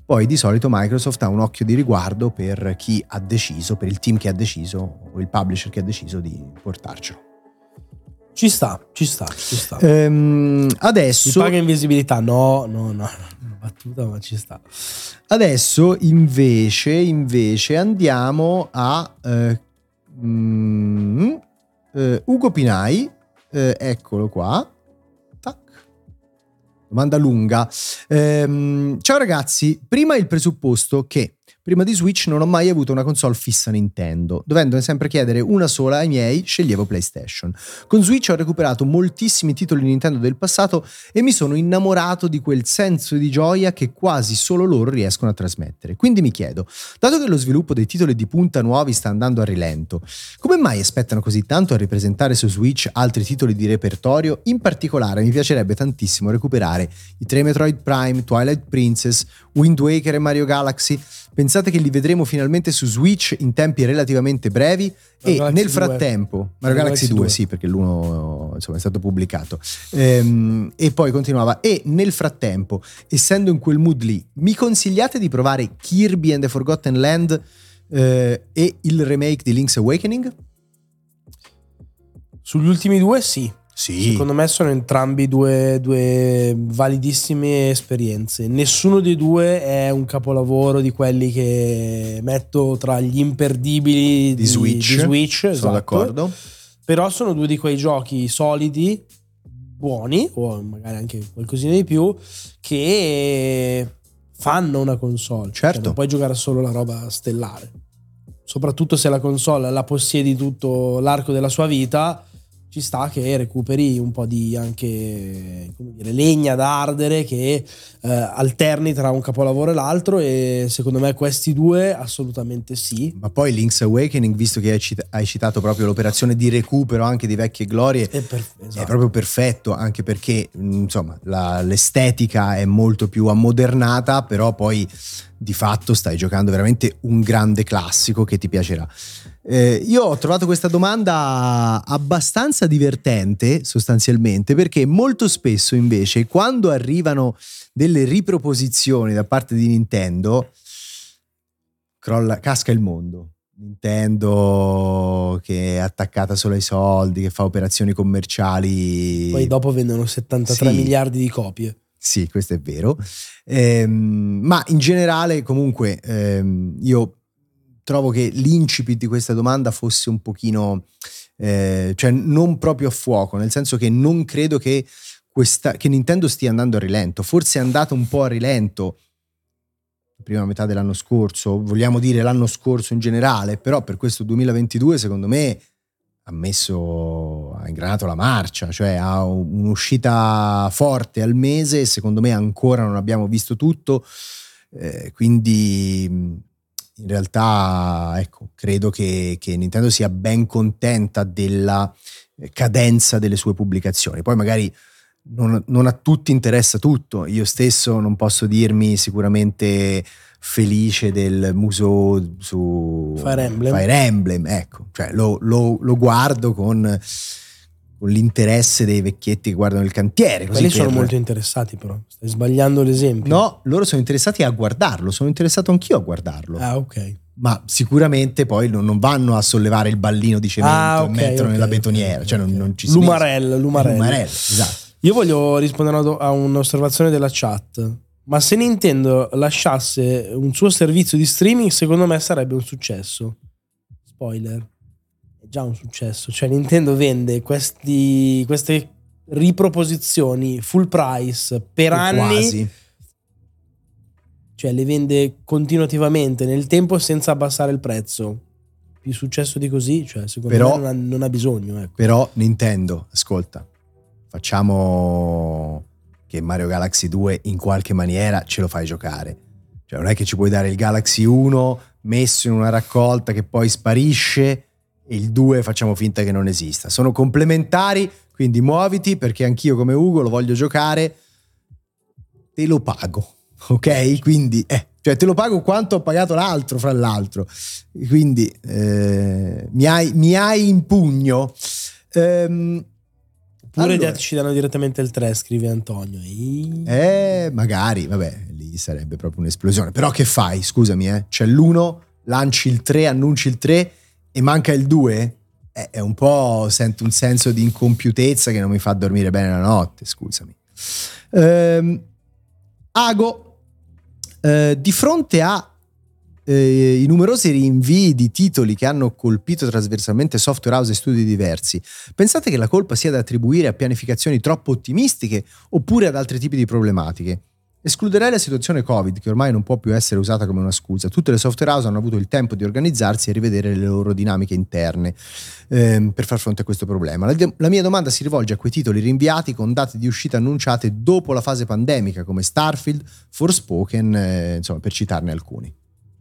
poi di solito Microsoft ha un occhio di riguardo per chi ha deciso, per il team che ha deciso o il publisher che ha deciso di portarcelo. Ci sta, ci sta, ci sta. Ehm, adesso si paga invisibilità? No, no, no, no, battuta, ma ci sta. Adesso invece, invece andiamo a eh, mm, eh, Ugo Pinai, eh, eccolo qua. Tac. Domanda lunga. Ehm, ciao ragazzi, prima il presupposto che prima di Switch non ho mai avuto una console fissa Nintendo, dovendo sempre chiedere una sola ai miei, sceglievo PlayStation. Con Switch ho recuperato moltissimi titoli Nintendo del passato e mi sono innamorato di quel senso di gioia che quasi solo loro riescono a trasmettere. Quindi mi chiedo, dato che lo sviluppo dei titoli di punta nuovi sta andando a rilento, come mai aspettano così tanto a ripresentare su Switch altri titoli di repertorio? In particolare mi piacerebbe tantissimo recuperare i tre Metroid Prime, Twilight Princess, Wind Waker e Mario Galaxy. Pensate che li vedremo finalmente su Switch in tempi relativamente brevi? Mario e Galaxy nel due. frattempo Mario, Mario Galaxy Galaxy due, due. sì, perché l'uno insomma è stato pubblicato. Ehm, e poi continuava, e nel frattempo, essendo in quel mood lì, mi consigliate di provare Kirby and the Forgotten Land eh, e il remake di Link's Awakening? Sugli ultimi due sì. Sì. Secondo me sono entrambi due, due validissime esperienze. Nessuno dei due è un capolavoro di quelli che metto tra gli imperdibili di Switch, di Switch, sono esatto. d'accordo. Però sono due di quei giochi solidi, buoni, o magari anche qualcosina di più, che fanno una console. Certo. Cioè, non puoi giocare solo la roba stellare. Soprattutto se la console la possiedi tutto l'arco della sua vita, ci sta che recuperi un po' di anche, come dire, legna da ardere, che eh, alterni tra un capolavoro e l'altro, e secondo me questi due assolutamente sì. Ma poi Link's Awakening, visto che hai, cita- hai citato proprio l'operazione di recupero anche di vecchie glorie, È, per, esatto. è proprio perfetto, anche perché insomma la, l'estetica è molto più ammodernata, però poi di fatto stai giocando veramente un grande classico che ti piacerà. Eh, io ho trovato questa domanda abbastanza divertente sostanzialmente, perché molto spesso invece quando arrivano delle riproposizioni da parte di Nintendo crolla, casca il mondo. Nintendo che è attaccata solo ai soldi, che fa operazioni commerciali, poi dopo vendono settantatré sì. miliardi di copie. Sì, questo è vero. Ehm, ma in generale comunque ehm, io trovo che l'incipit di questa domanda fosse un pochino eh, cioè non proprio a fuoco, nel senso che non credo che questa che Nintendo stia andando a rilento. Forse è andato un po' a rilento la prima metà dell'anno scorso, vogliamo dire l'anno scorso in generale, però per questo duemilaventidue secondo me ha messo, ha ingranato la marcia, cioè ha un'uscita forte al mese, secondo me ancora non abbiamo visto tutto, eh, quindi in realtà ecco, credo che, che Nintendo sia ben contenta della cadenza delle sue pubblicazioni. Poi magari non, non a tutti interessa tutto, io stesso non posso dirmi sicuramente felice del Musou su Fire Emblem, Fire Emblem, ecco, cioè lo, lo, lo guardo con, con l'interesse dei vecchietti che guardano il cantiere. Così quelli per... sono molto interessati, però stai sbagliando l'esempio. No, loro sono interessati a guardarlo, sono interessato anch'io a guardarlo. Ah, ok. Ma sicuramente poi non, non vanno a sollevare il ballino di cemento ah, e okay, metterlo okay, nella okay, betoniera, okay, cioè okay. non, non ci si Lumarell, Lumarell. Lumarell, esatto. Io voglio rispondere a, do- a un'osservazione della chat. Ma se Nintendo lasciasse un suo servizio di streaming, secondo me sarebbe un successo. Spoiler, è già un successo. Cioè Nintendo vende questi, queste riproposizioni full price per O anni, quasi. cioè le vende continuativamente nel tempo senza abbassare il prezzo. Più successo di così, cioè secondo Però, me non ha, non ha bisogno, ecco. Però Nintendo, ascolta, facciamo che Mario Galaxy due in qualche maniera ce lo fai giocare. Cioè non è che ci puoi dare il Galaxy uno messo in una raccolta che poi sparisce e il due facciamo finta che non esista. Sono complementari, quindi muoviti, perché anch'io come Ugo lo voglio giocare, te lo pago, ok? Quindi eh, cioè te lo pago quanto ho pagato l'altro, fra l'altro, quindi eh, mi, hai, mi hai in pugno. ehm Pure allora, ci danno direttamente il tre, scrive Antonio. Eh, magari, vabbè, lì sarebbe proprio un'esplosione. Però che fai? Scusami, eh? C'è l'uno, lanci il tre, annunci il tre e manca il due? È, è un po', sento un senso di incompiutezza che non mi fa dormire bene la notte, scusami. Ehm, Ago, eh, di fronte a Eh, i numerosi rinvii di titoli che hanno colpito trasversalmente software house e studi diversi, pensate che la colpa sia da attribuire a pianificazioni troppo ottimistiche oppure ad altri tipi di problematiche? Escluderei la situazione Covid, che ormai non può più essere usata come una scusa. Tutte le software house hanno avuto il tempo di organizzarsi e rivedere le loro dinamiche interne ehm, per far fronte a questo problema. La, de- la mia domanda si rivolge a quei titoli rinviati con date di uscita annunciate dopo la fase pandemica, come Starfield, Forspoken, eh, insomma, per citarne alcuni.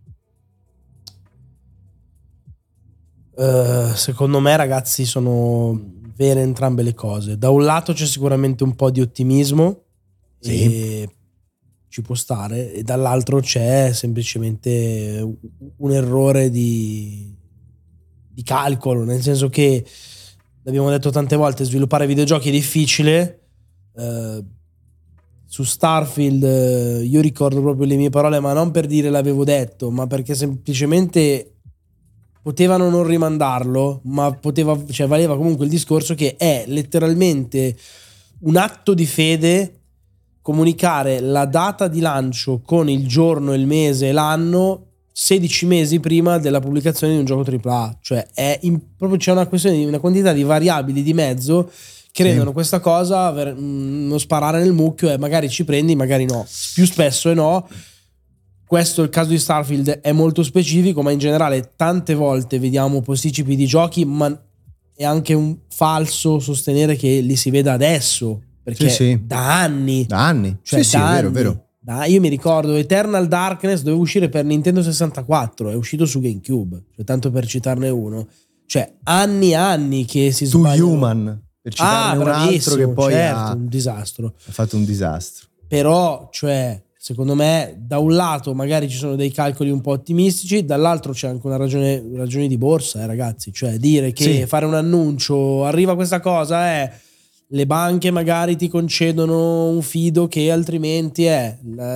Uh, secondo me, ragazzi, sono vere entrambe le cose. Da un lato c'è sicuramente un po' di ottimismo, sì, e ci può stare, e dall'altro c'è semplicemente un errore di, di calcolo, nel senso che, l'abbiamo detto tante volte, sviluppare videogiochi è difficile. Uh, su Starfield uh, io ricordo proprio le mie parole, ma non per dire l'avevo detto, ma perché semplicemente potevano non rimandarlo, ma poteva, cioè valeva comunque il discorso che è letteralmente un atto di fede comunicare la data di lancio con il giorno, il mese e l'anno sedici mesi prima della pubblicazione di un gioco tripla A. Cioè è in, proprio c'è una questione di una quantità di variabili di mezzo che rendono sì. questa cosa ver, mh, non sparare nel mucchio, e magari ci prendi, magari no. Più spesso e no. Questo, il caso di Starfield, è molto specifico, ma in generale tante volte vediamo posticipi di giochi, ma è anche un falso sostenere che li si veda adesso, perché sì, sì. da anni da anni cioè sì, da sì, anni, vero, vero. Da, io mi ricordo Eternal Darkness doveva uscire per Nintendo sessantaquattro, è uscito su GameCube, cioè, tanto per citarne uno, cioè anni e anni che si To sbagliano. Human, per citarne ah, un altro che poi certo, ha, un disastro, ha fatto un disastro. Però, cioè, secondo me, da un lato magari ci sono dei calcoli un po' ottimistici, dall'altro c'è anche una ragione, ragione di borsa, eh, ragazzi. Cioè, dire che sì. fare un annuncio, arriva questa cosa, è le banche magari ti concedono un fido che altrimenti è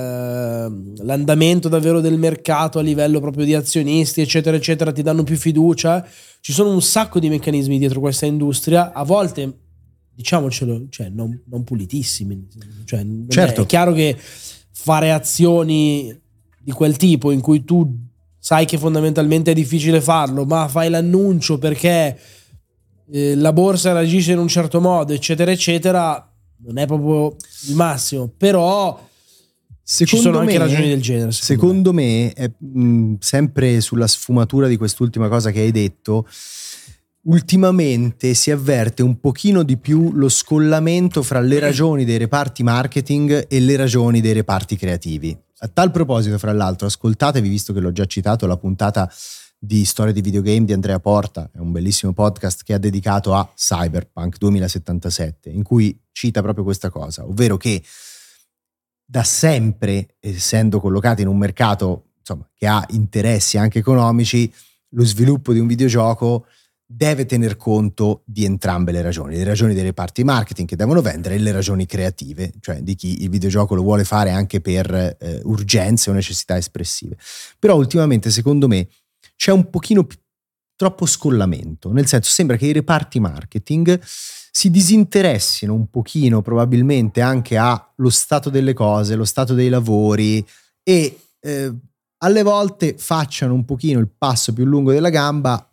l'andamento davvero del mercato a livello proprio di azionisti, eccetera, eccetera, ti danno più fiducia. Ci sono un sacco di meccanismi dietro questa industria, a volte, diciamocelo, cioè non, non pulitissimi. Cioè, certo. È chiaro che fare azioni di quel tipo in cui tu sai che fondamentalmente è difficile farlo, ma fai l'annuncio perché eh, la borsa reagisce in un certo modo, eccetera eccetera, non è proprio il massimo. Però secondo ci sono me, anche ragioni del genere. Secondo, secondo me, me è mh, sempre sulla sfumatura di quest'ultima cosa che hai detto. Ultimamente si avverte un pochino di più lo scollamento fra le ragioni dei reparti marketing e le ragioni dei reparti creativi. A tal proposito, fra l'altro, ascoltatevi, visto che l'ho già citato, la puntata di Storia di Videogame di Andrea Porta, è un bellissimo podcast che ha dedicato a Cyberpunk duemilasettantasette, in cui cita proprio questa cosa, ovvero che da sempre, essendo collocati in un mercato, insomma, che ha interessi anche economici, lo sviluppo di un videogioco deve tener conto di entrambe le ragioni, le ragioni dei reparti marketing che devono vendere e le ragioni creative, cioè di chi il videogioco lo vuole fare anche per eh, urgenze o necessità espressive. Però ultimamente, secondo me, c'è un pochino più, troppo scollamento, nel senso sembra che i reparti marketing si disinteressino un pochino probabilmente anche allo stato delle cose, lo stato dei lavori e eh, alle volte facciano un pochino il passo più lungo della gamba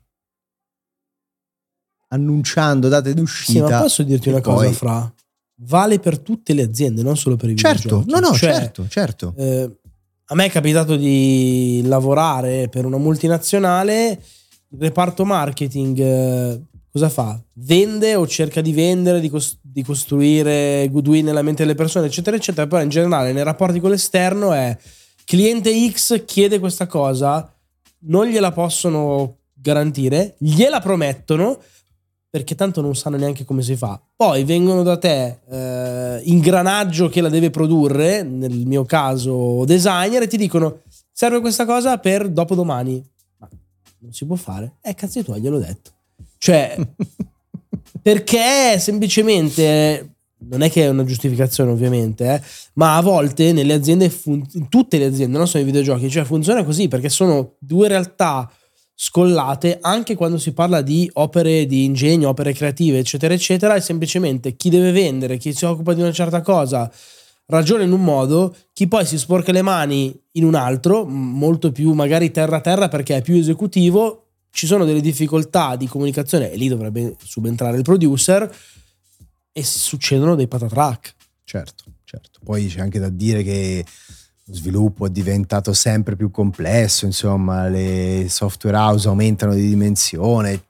annunciando date d'uscita. Sì, ma posso dirti una cosa, poi... Fra? Vale per tutte le aziende, non solo per i certo, videogiochi. no, no, cioè, certo, certo. Eh, a me è capitato di lavorare per una multinazionale, il reparto marketing eh, cosa fa? Vende o cerca di vendere, di, cos- di costruire goodwill nella mente delle persone, eccetera, eccetera. Poi in generale nei rapporti con l'esterno è cliente X chiede questa cosa, non gliela possono garantire, gliela promettono, perché tanto non sanno neanche come si fa. Poi vengono da te eh, ingranaggio che la deve produrre, nel mio caso designer, e ti dicono serve questa cosa per dopodomani. Ma non si può fare. Eh, cazzo tu, gliel'ho detto. Cioè, perché semplicemente non è che è una giustificazione ovviamente, eh, ma a volte nelle aziende, fun- in tutte le aziende, non solo nei videogiochi, cioè funziona così perché sono due realtà scollate. Anche quando si parla di opere di ingegno, opere creative, eccetera eccetera, è semplicemente chi deve vendere, chi si occupa di una certa cosa ragiona in un modo, chi poi si sporca le mani in un altro, molto più magari terra terra perché è più esecutivo. Ci sono delle difficoltà di comunicazione e lì dovrebbe subentrare il producer e succedono dei patatrack. Certo, certo. Poi c'è anche da dire che lo sviluppo è diventato sempre più complesso, insomma, le software house aumentano di dimensione,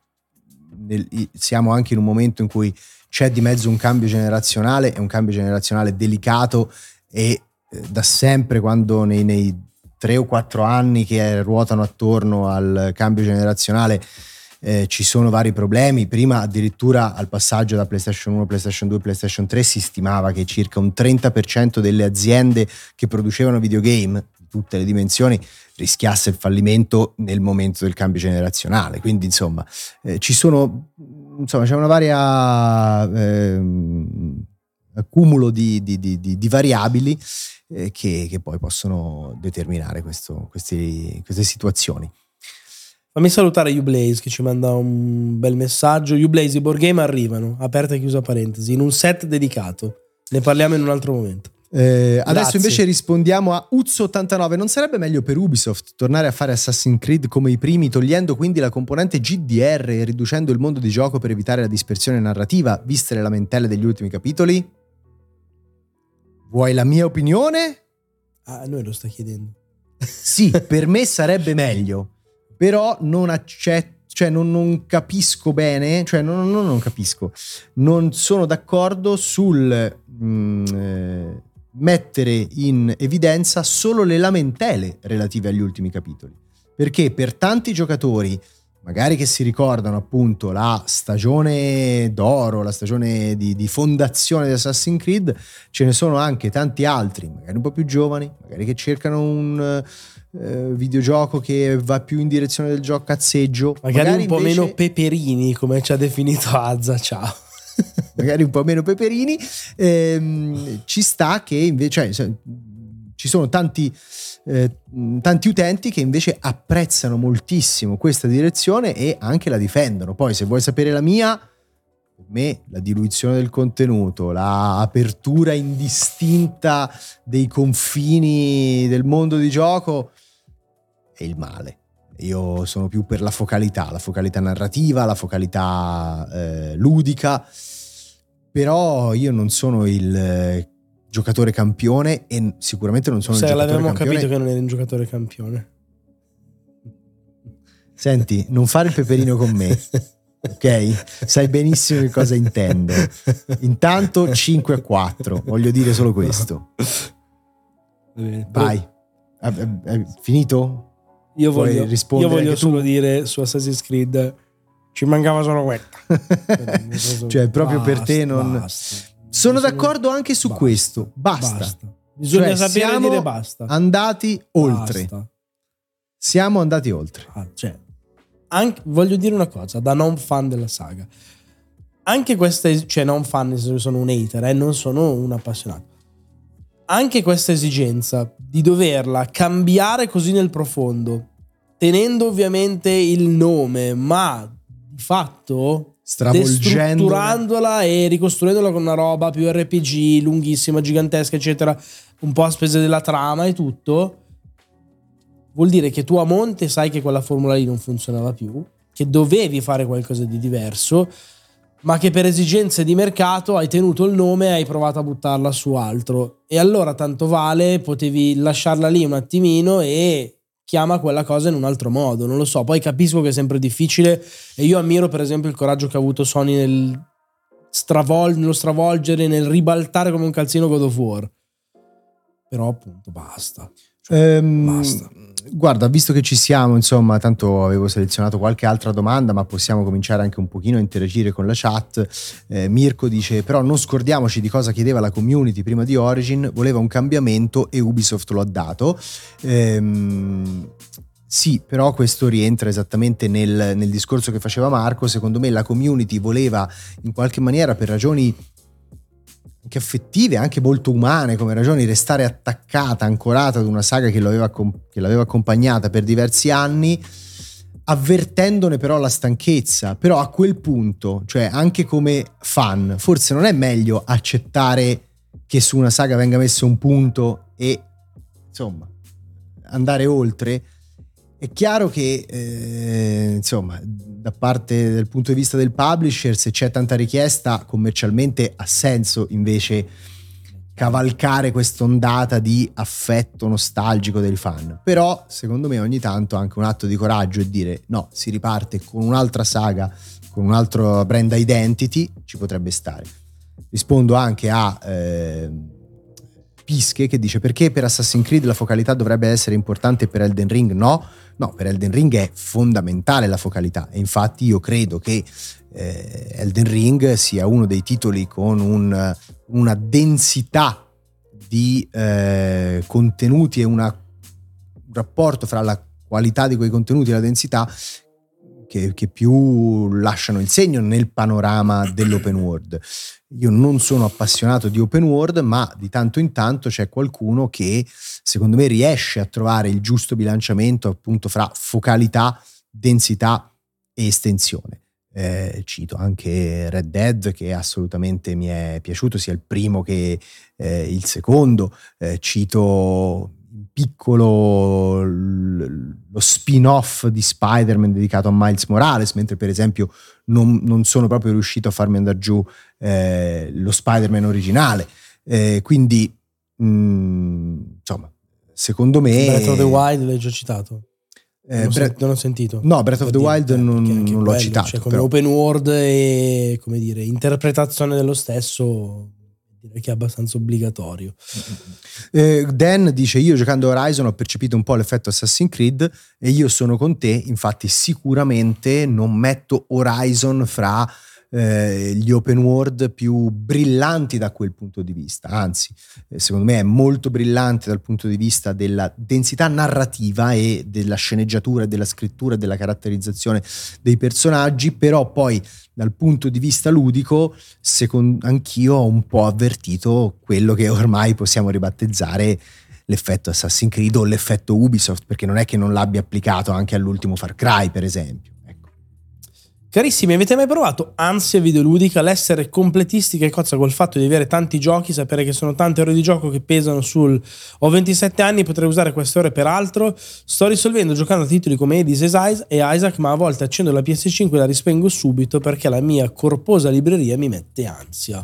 siamo anche in un momento in cui c'è di mezzo un cambio generazionale, è un cambio generazionale delicato e eh, da sempre, quando nei, nei tre o quattro anni che ruotano attorno al cambio generazionale eh, ci sono vari problemi. Prima addirittura al passaggio da PlayStation uno, PlayStation due, PlayStation tre si stimava che circa un trenta per cento delle aziende che producevano videogame di tutte le dimensioni rischiasse il fallimento nel momento del cambio generazionale. Quindi insomma eh, ci sono insomma c'è una varia eh, accumulo di, di, di, di variabili eh, che, che poi possono determinare questo, questi, queste situazioni. Fammi salutare Ublaze che ci manda un bel messaggio. Ublaze, i board game arrivano, aperta e chiusa parentesi, in un set dedicato, ne parliamo in un altro momento. Eh, adesso invece rispondiamo a Uzzo ottantanove. Non sarebbe meglio per Ubisoft tornare a fare Assassin's Creed come i primi, togliendo quindi la componente G D R e riducendo il mondo di gioco per evitare la dispersione narrativa, viste le lamentele degli ultimi capitoli? Vuoi la mia opinione? Ah, noi lo sta chiedendo. Sì, per me sarebbe meglio, però non accetto, cioè non, non capisco bene, cioè non, non, non capisco, non sono d'accordo sul mh, eh, mettere in evidenza solo le lamentele relative agli ultimi capitoli, perché per tanti giocatori, magari che si ricordano appunto la stagione d'oro, la stagione di, di fondazione di Assassin's Creed, ce ne sono anche tanti altri, magari un po' più giovani, magari che cercano un eh, videogioco che va più in direzione del gioco cazzeggio, magari, magari un po' invece, meno peperini, come ci ha definito Azza, ciao. magari un po' meno peperini, ehm, ci sta che invece cioè, ci sono tanti eh, tanti utenti che invece apprezzano moltissimo questa direzione e anche la difendono. Poi se vuoi sapere la mia, per me la diluizione del contenuto, la apertura indistinta dei confini del mondo di gioco è il male. Io sono più per la focalità, la focalità narrativa, la focalità eh, ludica, però io non sono il eh, giocatore campione e sicuramente non sono Se il giocatore l'avevamo campione. capito che non eri un giocatore campione. Senti, non fare il peperino con me, ok? Sai benissimo che cosa intendo. Intanto cinque a quattro, voglio dire solo questo. Vai, hai finito? Io voglio, io voglio solo tu? dire su Assassin's Creed ci mancava solo quella. Cioè proprio basta, per te non... Basta. Sono d'accordo anche su basta, questo, basta. basta. Bisogna cioè, sapere siamo dire basta. andati oltre. Basta. Siamo andati oltre. Ah, cioè, anche, voglio dire una cosa, da non fan della saga. Anche queste, cioè non fan, sono un hater, eh, non sono un appassionato. Anche questa esigenza di doverla cambiare così nel profondo, tenendo ovviamente il nome, ma di fatto destrutturandola e ricostruendola con una roba più R P G, lunghissima, gigantesca, eccetera, un po' a spese della trama e tutto, vuol dire che tu a monte sai che quella formula lì non funzionava più, che dovevi fare qualcosa di diverso, ma che per esigenze di mercato hai tenuto il nome e hai provato a buttarla su altro. E allora tanto vale, potevi lasciarla lì un attimino e chiama quella cosa in un altro modo, non lo so. Poi capisco che è sempre difficile e io ammiro per esempio il coraggio che ha avuto Sony nel stravol- nello stravolgere, nel ribaltare come un calzino God of War. Però appunto basta. Cioè, um, basta. Guarda, visto che ci siamo, insomma, tanto avevo selezionato qualche altra domanda, ma possiamo cominciare anche un pochino a interagire con la chat. eh, Mirko dice: però non scordiamoci di cosa chiedeva la community prima di Origin, voleva un cambiamento e Ubisoft lo ha dato. ehm, sì, però questo rientra esattamente nel, nel discorso che faceva Marco. Secondo me la community voleva in qualche maniera, per ragioni anche affettive, anche molto umane come ragioni, restare attaccata, ancorata ad una saga che l'aveva, che l'aveva accompagnata per diversi anni, avvertendone però la stanchezza. Però a quel punto, cioè anche come fan, forse non è meglio accettare che su una saga venga messo un punto e insomma andare oltre? È chiaro che eh, insomma, da parte del punto di vista del publisher, se c'è tanta richiesta, commercialmente ha senso invece cavalcare quest'ondata di affetto nostalgico dei fan. Però secondo me ogni tanto anche un atto di coraggio è dire no, si riparte con un'altra saga, con un altro brand identity, ci potrebbe stare. Rispondo anche a eh, Pische che dice: perché per Assassin's Creed la focalità dovrebbe essere importante, per Elden Ring no? No, per Elden Ring è fondamentale la focalità, e infatti io credo che eh, Elden Ring sia uno dei titoli con un, una densità di eh, contenuti e una, un rapporto fra la qualità di quei contenuti e la densità che, che più lasciano il segno nel panorama dell'open world. Io non sono appassionato di open world, ma di tanto in tanto c'è qualcuno che secondo me riesce a trovare il giusto bilanciamento appunto fra focalità, densità e estensione. Eh, cito anche Red Dead, che assolutamente mi è piaciuto, sia il primo che eh, il secondo. Eh, cito in piccolo l- lo spin-off di Spider-Man dedicato a Miles Morales, mentre per esempio non, non sono proprio riuscito a farmi andare giù eh, lo Spider-Man originale. Eh, quindi mh, insomma, secondo me Breath of the Wild l'hai già citato? Eh, non, Breath, non ho sentito. No, Breath of the Wild eh, non, non l'ho quello, citato. Cioè, come però. open world e come dire, interpretazione dello stesso, direi che è abbastanza obbligatorio. Eh, Dan dice: io giocando Horizon ho percepito un po' l'effetto Assassin's Creed, e io sono con te, infatti sicuramente non metto Horizon fra eh, gli open world più brillanti da quel punto di vista, anzi eh, secondo me è molto brillante dal punto di vista della densità narrativa e della sceneggiatura, della scrittura e della caratterizzazione dei personaggi. Però poi dal punto di vista ludico, secondo anch'io ho un po' avvertito quello che ormai possiamo ribattezzare l'effetto Assassin's Creed o l'effetto Ubisoft, perché non è che non l'abbia applicato anche all'ultimo Far Cry, per esempio. Carissimi, avete mai provato ansia videoludica, l'essere completisti che cozza col fatto di avere tanti giochi, sapere che sono tante ore di gioco che pesano sul ho ventisette anni, potrei usare queste ore per altro? Sto risolvendo giocando a titoli come Hades e Isaac, ma a volte accendo la P S cinque e la rispengo subito perché la mia corposa libreria mi mette ansia.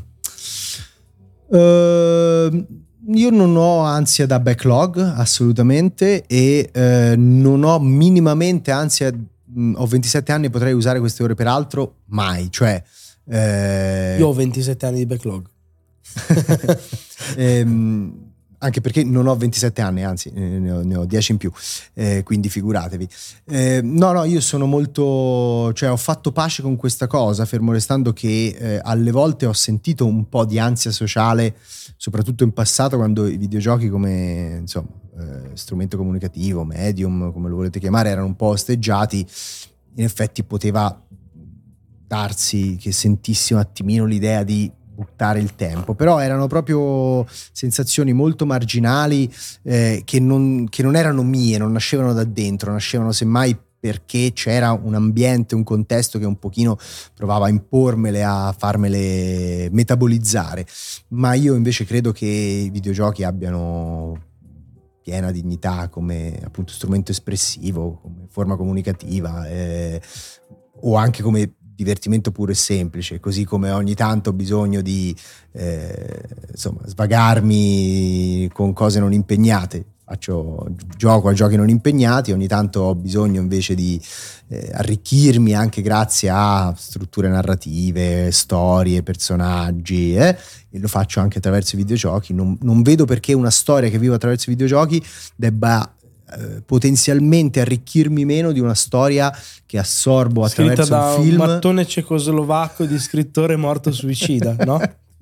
Uh, io non ho ansia da backlog, assolutamente, e uh, non ho minimamente ansia. Ho ventisette anni, potrei usare queste ore per altro? Mai. Cioè eh... io ho ventisette anni di backlog. ehm, anche perché non ho ventisette anni, anzi ne ho, ne ho dieci in più, eh, quindi figuratevi. Eh, no no io sono molto, cioè ho fatto pace con questa cosa, fermo restando che eh, alle volte ho sentito un po' di ansia sociale, soprattutto in passato, quando i videogiochi come insomma eh, strumento comunicativo, medium, come lo volete chiamare, erano un po' osteggiati. In effetti poteva darsi che sentissi un attimino l'idea di buttare il tempo, però erano proprio sensazioni molto marginali eh, che, non, che non erano mie, non nascevano da dentro, nascevano semmai perché c'era un ambiente, un contesto che un pochino provava a impormele, a farmele metabolizzare. Ma io invece credo che i videogiochi abbiano piena dignità come appunto strumento espressivo, come forma comunicativa eh, o anche come divertimento puro e semplice, così come ogni tanto ho bisogno di eh, insomma svagarmi con cose non impegnate, faccio gioco a giochi non impegnati, ogni tanto ho bisogno invece di eh, arricchirmi anche grazie a strutture narrative, storie, personaggi eh, e lo faccio anche attraverso i videogiochi. Non, non vedo perché una storia che vivo attraverso i videogiochi debba Eh, potenzialmente arricchirmi meno di una storia che assorbo attraverso scritta da un film, un mattone cecoslovacco di scrittore morto suicida, no?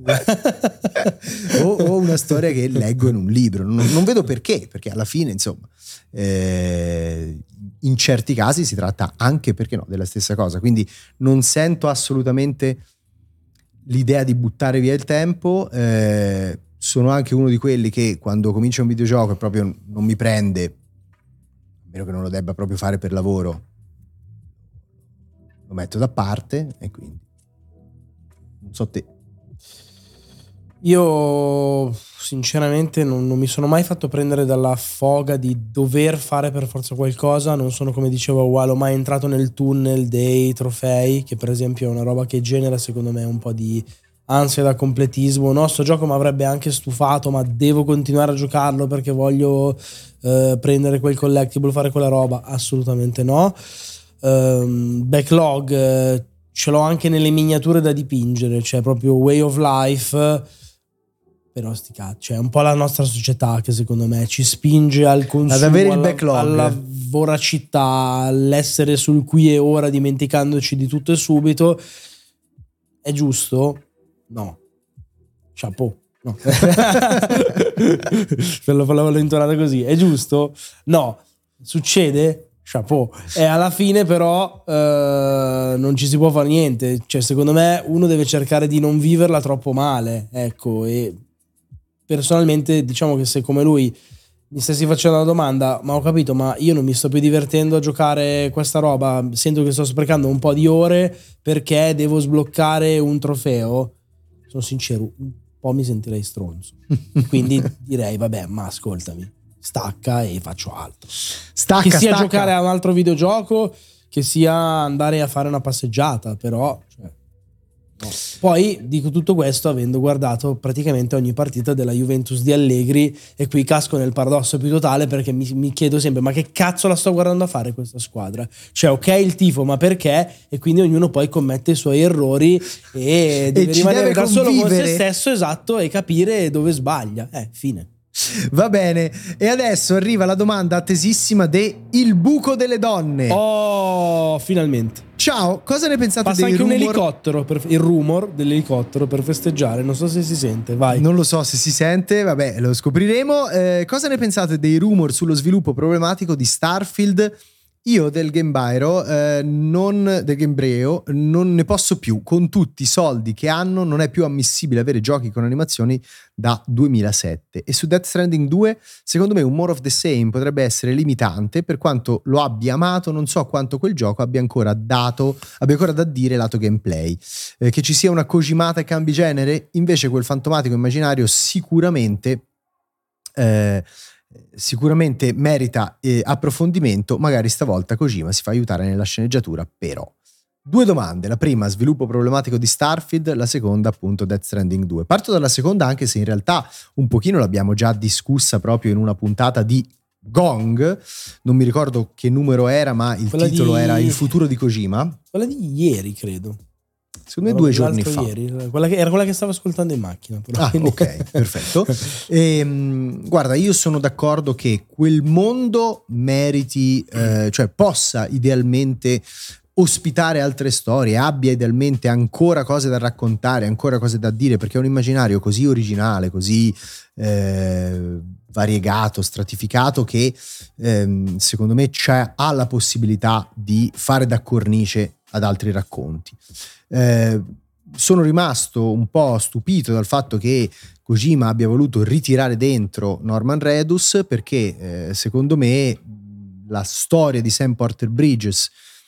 o, o una storia che leggo in un libro. Non, non vedo perché, perché alla fine insomma eh, in certi casi si tratta anche, perché no, della stessa cosa, quindi non sento assolutamente l'idea di buttare via il tempo. Eh, sono anche uno di quelli che quando comincia un videogioco e proprio non mi prende, a meno che non lo debba proprio fare per lavoro, lo metto da parte. E quindi non so te. Io sinceramente non, non mi sono mai fatto prendere dalla foga di dover fare per forza qualcosa. Non sono, come dicevo Walo, mai entrato nel tunnel dei trofei, che per esempio è una roba che genera secondo me un po' di ansia da completismo. No, sto gioco mi avrebbe anche stufato, ma devo continuare a giocarlo perché voglio eh, prendere quel collectible, fare quella roba. Assolutamente no. um, Backlog eh, ce l'ho anche nelle miniature da dipingere, cioè proprio way of life. Però sti cazzi, cioè è un po' la nostra società che secondo me ci spinge al consumo, ad avere il alla, backlog, alla voracità, all'essere sul qui e ora, dimenticandoci di tutto e subito. È giusto? No. Chapeau. No. Per l'avevo intonata così. È giusto? No. Succede? Chapeau. E alla fine però eh, non ci si può fare niente. Cioè secondo me uno deve cercare di non viverla troppo male, ecco. E personalmente diciamo che se come lui mi stessi facendo la domanda, ma ho capito, ma io non mi sto più divertendo a giocare questa roba, sento che sto sprecando un po' di ore perché devo sbloccare un trofeo, sono sincero, un po' mi sentirei stronzo. Quindi direi vabbè, ma ascoltami, stacca e faccio altro. Stacca, che sia stacca. giocare a un altro videogioco, che sia andare a fare una passeggiata, però cioè, no. Poi dico tutto questo avendo guardato praticamente ogni partita della Juventus di Allegri, e qui casco nel paradosso più totale perché mi, mi chiedo sempre ma che cazzo la sto guardando a fare questa squadra? Cioè ok il tifo, ma perché? E quindi ognuno poi commette i suoi errori e deve e rimanere deve da solo con convivere. se stesso, esatto, e capire dove sbaglia. Eh, fine. Va bene, e adesso arriva la domanda attesissima de Il buco delle donne. Oh, finalmente. Ciao, cosa ne pensate Passa dei anche rumor? un elicottero, per, il rumor dell'elicottero per festeggiare, non so se si sente, vai. Non lo so se si sente, vabbè, lo scopriremo. Eh, cosa ne pensate dei rumor sullo sviluppo problematico di Starfield? Io del Gamebryo, eh, non del Gamebryo, non ne posso più. Con tutti i soldi che hanno non è più ammissibile avere giochi con animazioni da duemilasette. E su Death Stranding due, secondo me un more of the same potrebbe essere limitante. Per quanto lo abbia amato, non so quanto quel gioco abbia ancora dato, abbia ancora da dire lato gameplay. Eh, che ci sia una Kojimata e cambi genere, invece quel fantomatico immaginario sicuramente eh, sicuramente merita eh, approfondimento. Magari stavolta Kojima si fa aiutare nella sceneggiatura. Però due domande: la prima, sviluppo problematico di Starfield; la seconda, appunto, Death Stranding due. Parto dalla seconda, anche se in realtà un pochino l'abbiamo già discussa proprio in una puntata di Gong, non mi ricordo che numero era, ma il Quella titolo di... era Il futuro di Kojima. Quella di ieri, credo. Secondo me due giorni L'altro fa. Ieri. Quella che, era quella che stavo ascoltando in macchina. Ah, ok, perfetto. E, guarda, io sono d'accordo che quel mondo meriti, eh, cioè possa idealmente ospitare altre storie, abbia idealmente ancora cose da raccontare, ancora cose da dire, perché è un immaginario così originale, così eh, variegato, stratificato, che ehm, secondo me c'è, ha la possibilità di fare da cornice ad altri racconti. Eh, sono rimasto un po' stupito dal fatto che Kojima abbia voluto ritirare dentro Norman Reedus, perché eh, secondo me la storia di Sam Porter Bridges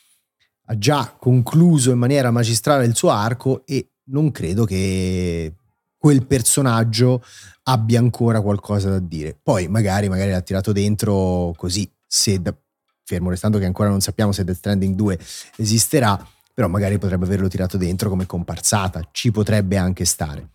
ha già concluso in maniera magistrale il suo arco e non credo che quel personaggio abbia ancora qualcosa da dire. Poi magari, magari l'ha tirato dentro così, se da, fermo restando che ancora non sappiamo se Death Stranding due esisterà, però magari potrebbe averlo tirato dentro come comparsata, ci potrebbe anche stare.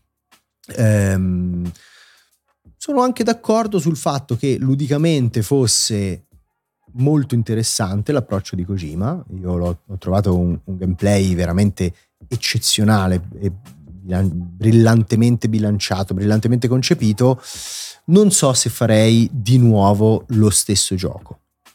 Ehm, sono anche d'accordo sul fatto che ludicamente fosse molto interessante l'approccio di Kojima. Io l'ho, ho trovato un, un gameplay veramente eccezionale e brillantemente bilanciato, brillantemente concepito. Non so se farei di nuovo lo stesso gioco.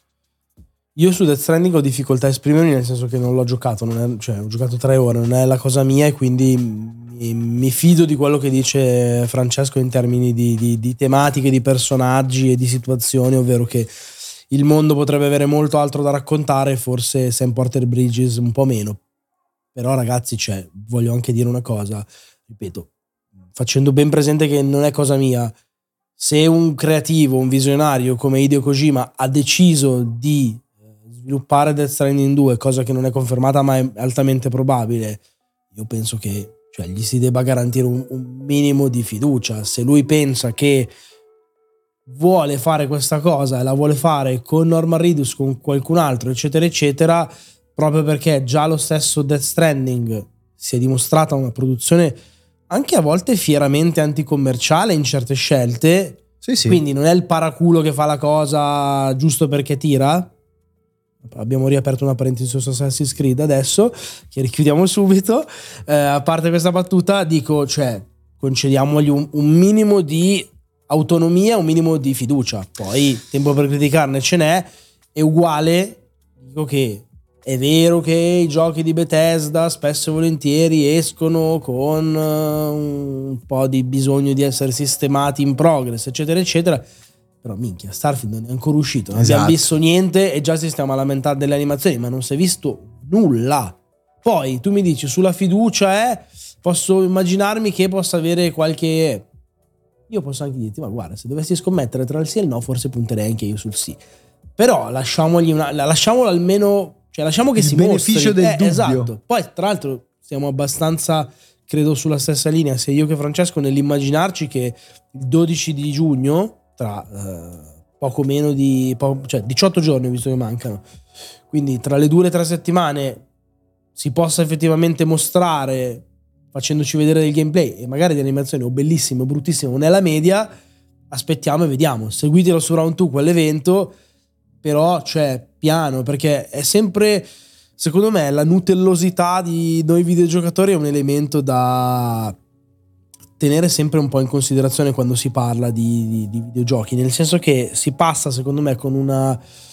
Io su Death Stranding ho difficoltà a esprimermi, nel senso che non l'ho giocato, non è, cioè ho giocato tre ore, non è la cosa mia, e quindi mi, mi fido di quello che dice Francesco in termini di, di, di tematiche, di personaggi e di situazioni, ovvero che il mondo potrebbe avere molto altro da raccontare, forse Sam Porter Bridges un po' meno. Però ragazzi, cioè, voglio anche dire una cosa, ripeto, facendo ben presente che non è cosa mia, se un creativo, un visionario come Hideo Kojima ha deciso di sviluppare Death Stranding due, cosa che non è confermata ma è altamente probabile, io penso che cioè, gli si debba garantire un, un minimo di fiducia. Se lui pensa che vuole fare questa cosa e la vuole fare con Norman Reedus, con qualcun altro, eccetera eccetera, proprio perché già lo stesso Death Stranding si è dimostrata una produzione anche a volte fieramente anticommerciale in certe scelte, sì, sì. Quindi non è il paraculo che fa la cosa giusto perché tira. Abbiamo riaperto una parentesi su Assassin's Creed adesso, che richiudiamo subito. Eh, a parte questa battuta, dico, cioè, concediamogli un, un minimo di autonomia, un minimo di fiducia. Poi tempo per criticarne ce n'è. È uguale, dico che è vero che i giochi di Bethesda spesso e volentieri escono con uh, un po' di bisogno di essere sistemati in progress, eccetera eccetera, però minchia, Starfield non è ancora uscito, non esatto. abbiamo visto niente e già ci stiamo a lamentare delle animazioni, ma non si è visto nulla. Poi tu mi dici sulla fiducia, eh, posso immaginarmi che possa avere qualche... Io posso anche dirti, ma guarda, se dovessi scommettere tra il sì e il no, forse punterei anche io sul sì. Però lasciamogli una, lasciamolo almeno... Cioè lasciamo che il si beneficio mostri. del eh, dubbio. Esatto. Poi tra l'altro siamo abbastanza, credo, sulla stessa linea sia io che Francesco nell'immaginarci che il dodici di giugno, tra eh, poco meno di po- cioè diciotto giorni visto che mancano, quindi tra le due e le tre settimane si possa effettivamente mostrare, facendoci vedere del gameplay e magari di animazioni o bellissime o bruttissime o nella media. Aspettiamo e vediamo. Seguitelo su Round due quell'evento, però cioè piano, perché è sempre, secondo me, la nutellosità di noi videogiocatori è un elemento da tenere sempre un po' in considerazione quando si parla di, di, di videogiochi, nel senso che si passa, secondo me, con una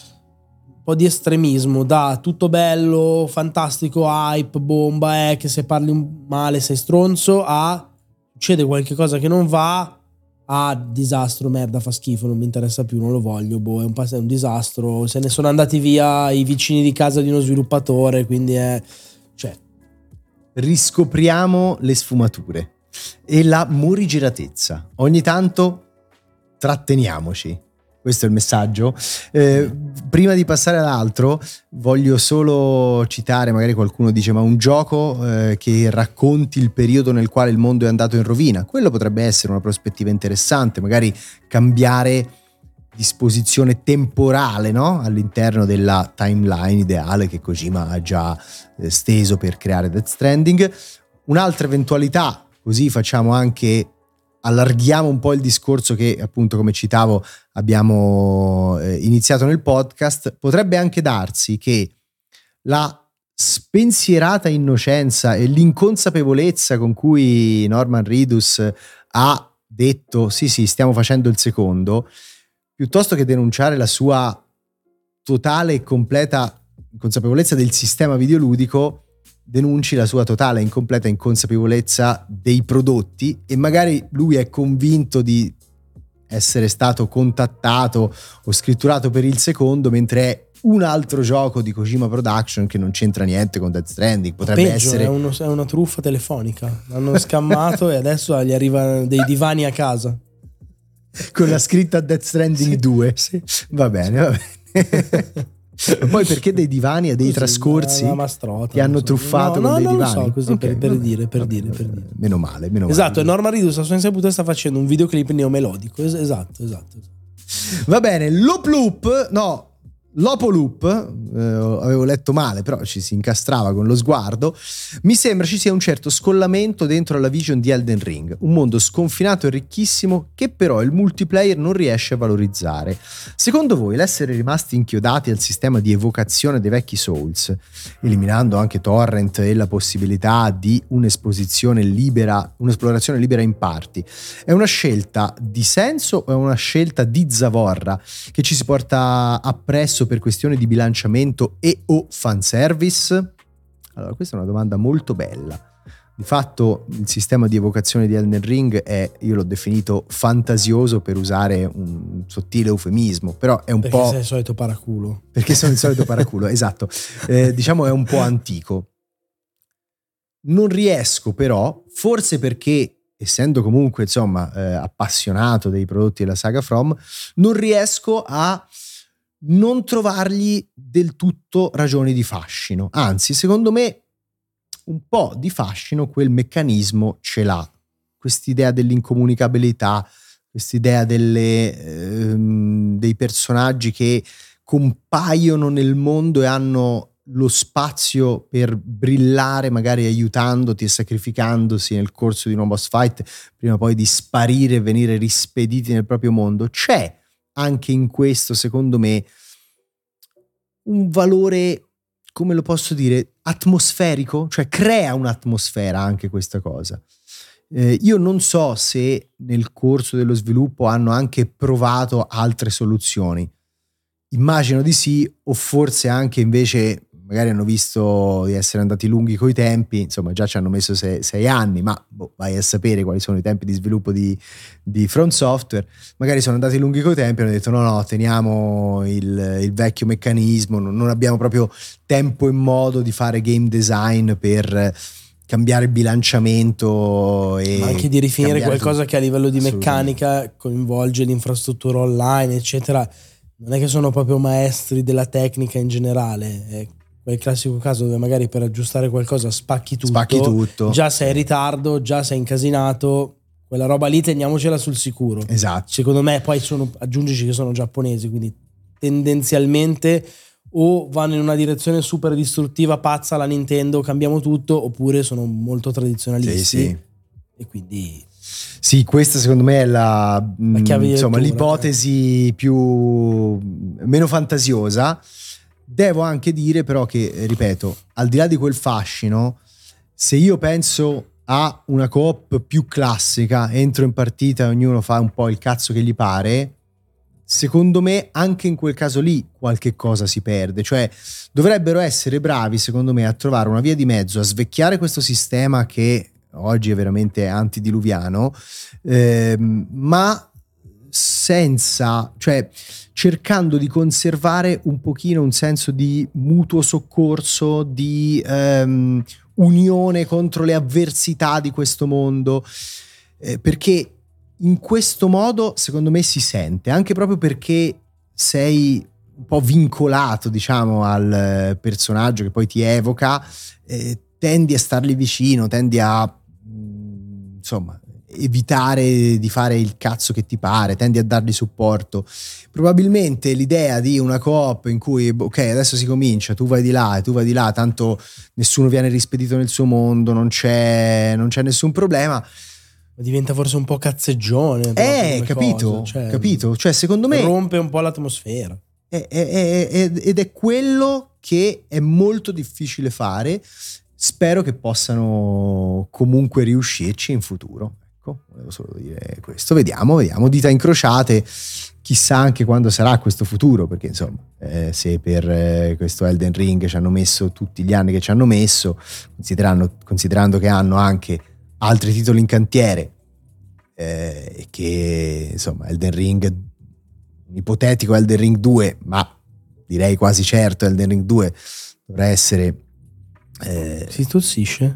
un po' di estremismo da tutto bello, fantastico, hype, bomba, eh, che se parli male sei stronzo, a succede qualche cosa che non va, ah, disastro, merda, fa schifo, non mi interessa più, non lo voglio, boh, è un, è un disastro, se ne sono andati via i vicini di casa di uno sviluppatore, quindi è, cioè, riscopriamo le sfumature e la morigeratezza. Ogni tanto tratteniamoci. Questo è il messaggio. Eh, prima di passare all'altro, voglio solo citare, magari qualcuno dice, ma un gioco eh, che racconti il periodo nel quale il mondo è andato in rovina, quello potrebbe essere una prospettiva interessante, magari cambiare disposizione temporale, no? All'interno della timeline ideale che Kojima ha già eh, steso per creare Death Stranding. Un'altra eventualità, così facciamo anche, allarghiamo un po' il discorso che appunto, come citavo, abbiamo eh, iniziato nel podcast, potrebbe anche darsi che la spensierata innocenza e l'inconsapevolezza con cui Norman Reedus ha detto sì sì stiamo facendo il secondo, piuttosto che denunciare la sua totale e completa inconsapevolezza del sistema videoludico, denunci la sua totale e incompleta inconsapevolezza dei prodotti, e magari lui è convinto di essere stato contattato o scritturato per il secondo, mentre è un altro gioco di Kojima Production che non c'entra niente con Death Stranding. Potrebbe peggio, essere è, uno, è una truffa telefonica, l'hanno scammato e adesso gli arrivano dei divani a casa con la scritta Death Stranding sì, due sì. Va bene, va bene. Poi perché dei divani e dei così, trascorsi una mastrota, ti hanno so. truffato no, con no, dei non divani? lo so, così Okay, per, per vabbè, dire per vabbè, dire per vabbè, dire meno male, meno esatto, male. e Norman Reedus a sua insaputa sta facendo un videoclip neomelodico. Es- esatto, esatto, esatto. Va bene, Loop Loop, no, Lopo Loop, eh, avevo letto male, però ci si incastrava con lo sguardo. Mi sembra ci sia un certo scollamento dentro la vision di Elden Ring, un mondo sconfinato e ricchissimo che però il multiplayer non riesce a valorizzare. Secondo voi l'essere rimasti inchiodati al sistema di evocazione dei vecchi Souls, eliminando anche torrent e la possibilità di un'esposizione libera, un'esplorazione libera in parti, è una scelta di senso o è una scelta di zavorra che ci si porta appresso per questione di bilanciamento e o fanservice? Allora, questa è una domanda molto bella. Di fatto il sistema di evocazione di Elden Ring è, io l'ho definito fantasioso per usare un sottile eufemismo, però è un perché po'... sei il solito paraculo. Perché sono il solito paraculo, esatto. Eh, diciamo è un po' antico. Non riesco però, forse perché, essendo comunque insomma eh, appassionato dei prodotti della saga From, non riesco a non trovargli del tutto ragioni di fascino. Anzi, secondo me un po' di fascino quel meccanismo ce l'ha. Quest'idea dell'incomunicabilità, quest'idea delle, ehm, dei personaggi che compaiono nel mondo e hanno lo spazio per brillare, magari aiutandoti e sacrificandosi nel corso di una boss fight, prima poi di sparire e venire rispediti nel proprio mondo. C'è anche in questo, secondo me, un valore, come lo posso dire, atmosferico, cioè crea un'atmosfera anche questa cosa. Eh, io non so se nel corso dello sviluppo hanno anche provato altre soluzioni. Immagino di sì, o forse anche invece magari hanno visto di essere andati lunghi coi tempi, insomma già ci hanno messo sei, sei anni, ma boh, vai a sapere quali sono i tempi di sviluppo di, di From Software. Magari sono andati lunghi coi tempi e hanno detto no no, teniamo il, il vecchio meccanismo, non, non abbiamo proprio tempo e modo di fare game design per cambiare il bilanciamento e ma anche di rifinire qualcosa tutto. Che a livello di meccanica coinvolge l'infrastruttura online eccetera. Non è che sono proprio maestri della tecnica in generale, è quel classico caso dove magari per aggiustare qualcosa spacchi tutto, spacchi tutto. Già sei in ritardo, già sei incasinato, quella roba lì teniamocela sul sicuro. Esatto. Secondo me poi sono, aggiungici che sono giapponesi, quindi tendenzialmente o vanno in una direzione super distruttiva, pazza la Nintendo, cambiamo tutto, oppure sono molto tradizionalisti. Sì, sì. E quindi... Sì, questa secondo me è la, la chiave insomma, l'ipotesi eh. più meno fantasiosa. Devo anche dire però che, ripeto, al di là di quel fascino, se io penso a una coop più classica, entro in partita e ognuno fa un po' il cazzo che gli pare, secondo me anche in quel caso lì qualche cosa si perde. Cioè dovrebbero essere bravi, secondo me, a trovare una via di mezzo, a svecchiare questo sistema che oggi è veramente antidiluviano, ehm, ma senza, cioè cercando di conservare un pochino un senso di mutuo soccorso, di ehm, unione contro le avversità di questo mondo, eh, perché in questo modo secondo me si sente, anche proprio perché sei un po' vincolato, diciamo, al personaggio che poi ti evoca, eh, tendi a stargli vicino, tendi a insomma evitare di fare il cazzo che ti pare, tendi a dargli supporto. Probabilmente l'idea di una coop in cui ok, adesso si comincia, tu vai di là e tu vai di là, tanto nessuno viene rispedito nel suo mondo, non c'è, non c'è nessun problema, diventa forse un po' cazzeggione. Eh, capito? Cioè, capito? Cioè, secondo me rompe un po' l'atmosfera. È, è, è, ed è quello che è molto difficile fare. Spero che possano comunque riuscirci in futuro. Ecco, volevo solo dire questo. Vediamo, vediamo, dita incrociate. Chissà anche quando sarà questo futuro, perché insomma, eh, se per eh, questo Elden Ring ci hanno messo tutti gli anni che ci hanno messo, considerando, considerando che hanno anche altri titoli in cantiere, e eh, che insomma Elden Ring, un ipotetico Elden Ring due, ma direi quasi certo Elden Ring due dovrà essere... Eh, si tossisce?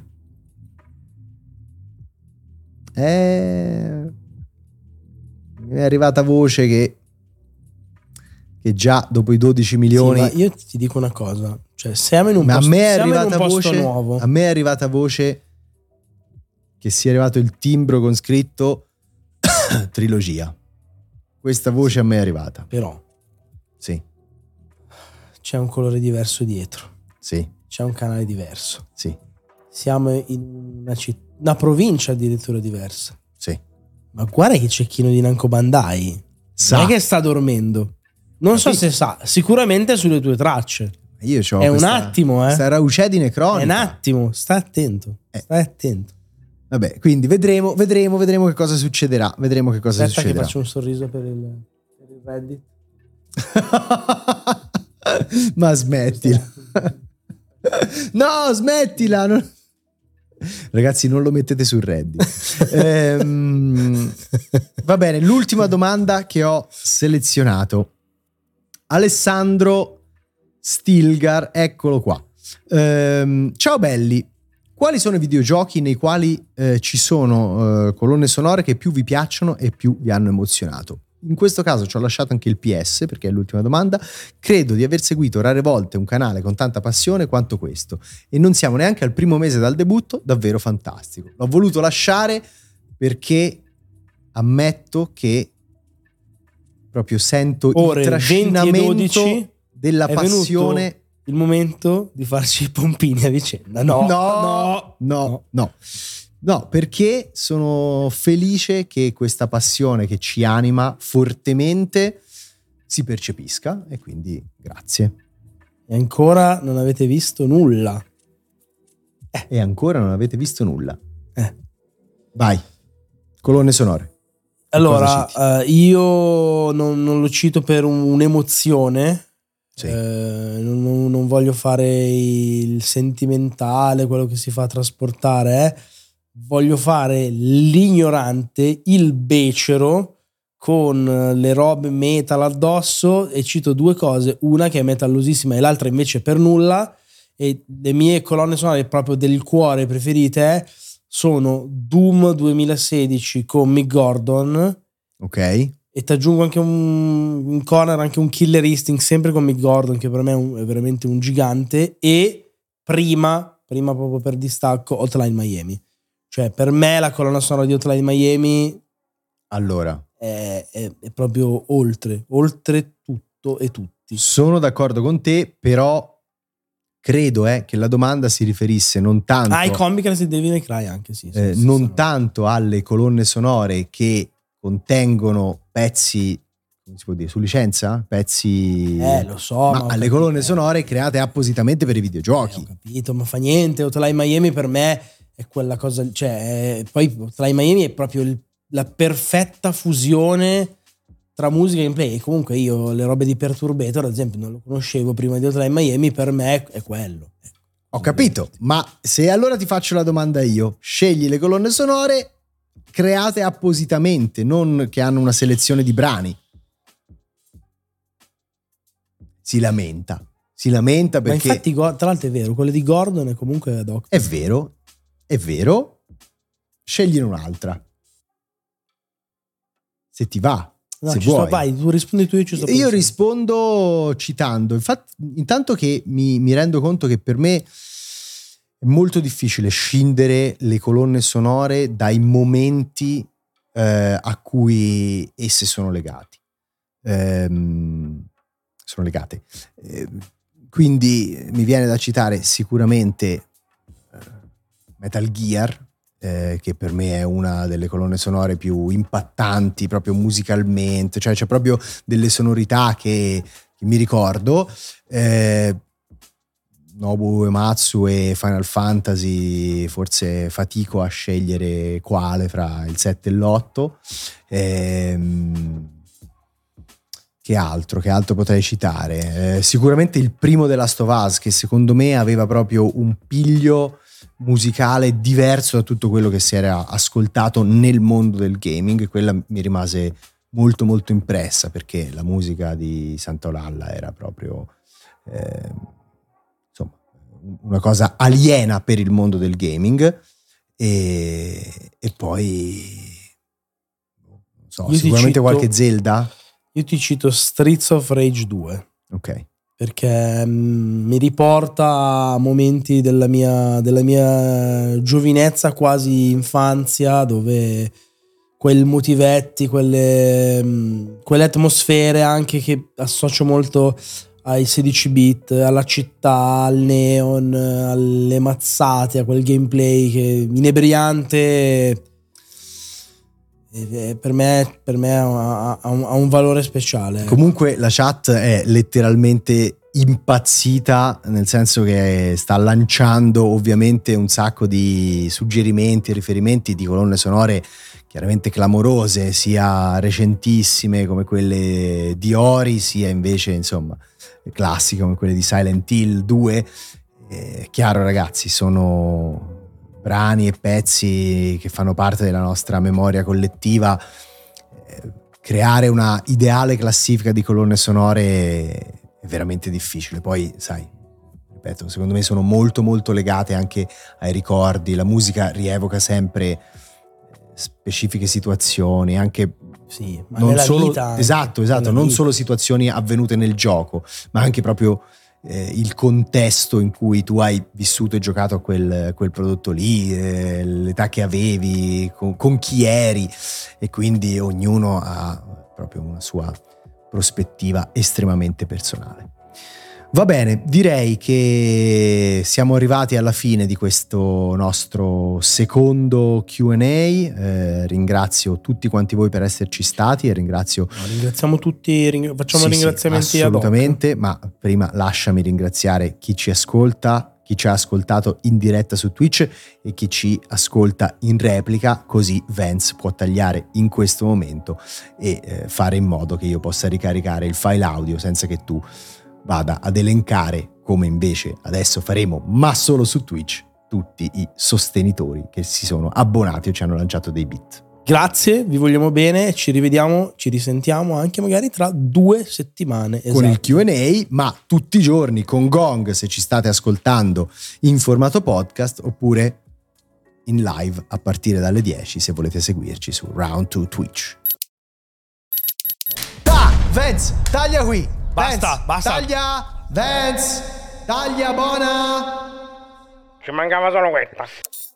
Eh, mi è arrivata voce che che già dopo i dodici milioni... Sì, io ti dico una cosa, cioè siamo in un, ma posto, a me è siamo arrivata in un posto voce, nuovo. A me è arrivata voce che sia arrivato il timbro con scritto trilogia. Questa voce a me è arrivata. Però sì, c'è un colore diverso dietro. Sì. C'è un canale diverso. Sì. Siamo in una, citt- una provincia addirittura diversa. Sì. Ma guarda che Cecchino di Namco Bandai sa. Non è che sta dormendo. Non Capito? So se sa, sicuramente sulle tue tracce. Io c'ho È questa, un attimo, eh. Questa raucedine cronica. È un attimo, sta attento. Eh. Stai attento. Vabbè, quindi vedremo, vedremo, vedremo che cosa succederà. Vedremo che cosa Aspetta succederà. che faccio un sorriso per il, per il Reddit. Ma smettila. No, smettila. Non... Ragazzi, non lo mettete sul Reddit. ehm, va bene, l'ultima domanda che ho selezionato. Alessandro Stilgar, eccolo qua. Ehm, ciao belli. Quali sono i videogiochi nei quali eh, ci sono eh, colonne sonore che più vi piacciono e più vi hanno emozionato? In questo caso ci ho lasciato anche il P S perché è l'ultima domanda. Credo di aver seguito rare volte un canale con tanta passione quanto questo e non siamo neanche al primo mese dal debutto, davvero fantastico. L'ho voluto lasciare perché ammetto che proprio sento Ore il trascinamento dodici della passione. Il momento di farci i pompini a vicenda. No, no, no, no, no. No, perché sono felice che questa passione che ci anima fortemente si percepisca e quindi grazie. E ancora non avete visto nulla. Eh. E ancora non avete visto nulla. Eh. Vai, colonne sonore. Allora, uh, io non, non lo cito per un, un'emozione. Sì. Eh, non, non voglio fare il sentimentale, quello che si fa trasportare, eh. Voglio fare l'ignorante, il becero con le robe metal addosso e cito due cose, una che è metallosissima e l'altra invece per nulla, e le mie colonne sonore proprio del cuore preferite sono Doom duemilasedici con Mick Gordon, ok, e ti aggiungo anche un, un corner, anche un Killer Instinct sempre con Mick Gordon che per me è, un, è veramente un gigante, e prima, prima proprio per distacco Hotline Miami. Cioè, per me la colonna sonora di Hotline Miami allora è, è, è proprio oltre, oltre tutto e tutti. Sono d'accordo con te, però credo eh, che la domanda si riferisse non tanto ah, i Comic Resident Devil May Cry anche, sì. sì, eh, sì non sì, tanto no. alle colonne sonore che contengono pezzi, come si può dire, su licenza? Pezzi... Eh, lo so, ma, ma alle capito, colonne sonore create appositamente per i videogiochi. Eh, ho capito, ma fa niente. Hotline Miami per me è quella cosa, cioè, poi Hotline Miami è proprio il, la perfetta fusione tra musica e gameplay. E comunque io le robe di Perturbator, ad esempio, non lo conoscevo prima di Hotline Miami, per me è quello. Ho capito, ma se allora ti faccio la domanda io, scegli le colonne sonore create appositamente, non che hanno una selezione di brani. Si lamenta, si lamenta perché... Ma infatti, tra l'altro è vero, quelle di Gordon è comunque ad hoc. È vero, è vero, scegli un'altra. Se ti va, no, se ci vuoi. Sto, vai, tu rispondi tu, io ci sto Io pensando. rispondo citando, infatti, intanto che mi, mi rendo conto che per me è molto difficile scindere le colonne sonore dai momenti eh, a cui esse sono legati. Ehm, sono legate. Eh, quindi mi viene da citare sicuramente eh, Metal Gear, eh, che per me è una delle colonne sonore più impattanti proprio musicalmente, cioè c'è proprio delle sonorità che, che mi ricordo. Eh, Nobuo Uematsu e Final Fantasy, forse fatico a scegliere quale fra il sette e l'otto. Ehm, che altro? Che altro potrei citare? Eh, sicuramente il primo The Last of Us, che secondo me aveva proprio un piglio musicale diverso da tutto quello che si era ascoltato nel mondo del gaming. Quella mi rimase molto molto impressa perché la musica di Santaolalla era proprio... Eh, una cosa aliena per il mondo del gaming, e, e poi non so, io sicuramente cito, qualche Zelda. Io ti cito Streets of Rage due, ok, perché mh, mi riporta a momenti della mia, della mia giovinezza, quasi infanzia, dove quel motivetti, quelle, mh, quelle atmosfere anche che associo molto ai sedici bit, alla città, al neon, alle mazzate, a quel gameplay che inebriante, per me, per me ha, ha, un, ha un valore speciale. Comunque la chat è letteralmente impazzita, nel senso che sta lanciando ovviamente un sacco di suggerimenti e riferimenti di colonne sonore chiaramente clamorose, sia recentissime come quelle di Ori, sia invece insomma classiche come quelle di Silent Hill due. Eh, chiaro ragazzi, sono brani e pezzi che fanno parte della nostra memoria collettiva. Eh, creare una ideale classifica di colonne sonore è veramente difficile. Poi sai, ripeto, secondo me sono molto molto legate anche ai ricordi. La musica rievoca sempre specifiche situazioni, anche sì, ma non nella solo vita anche, esatto, esatto, nella non vita. solo situazioni avvenute nel gioco, ma anche proprio eh, il contesto in cui tu hai vissuto e giocato a quel, quel prodotto lì, eh, l'età che avevi, con, con chi eri, e quindi ognuno ha proprio una sua prospettiva estremamente personale. Va bene, direi che siamo arrivati alla fine di questo nostro secondo Q and A. Eh, ringrazio tutti quanti voi per esserci stati e ringrazio... No, ringraziamo tutti, ring- facciamo Sì, ringraziamenti sì, ad hoc. assolutamente, ma prima lasciami ringraziare chi ci ascolta, chi ci ha ascoltato in diretta su Twitch e chi ci ascolta in replica, così Vance può tagliare in questo momento e eh, fare in modo che io possa ricaricare il file audio senza che tu vada ad elencare, come invece adesso faremo, ma solo su Twitch, tutti i sostenitori che si sono abbonati o ci hanno lanciato dei bit. Grazie, vi vogliamo bene, ci rivediamo, ci risentiamo anche magari tra due settimane. Con il esatto. Q and A, ma tutti i giorni con Gong se ci state ascoltando in formato podcast, oppure in live a partire dalle dieci se volete seguirci su Round due Twitch. Ta, Vance, taglia qui. Basta, Vance, basta. Taglia, Vance, taglia buona. Ci mancava solo questa.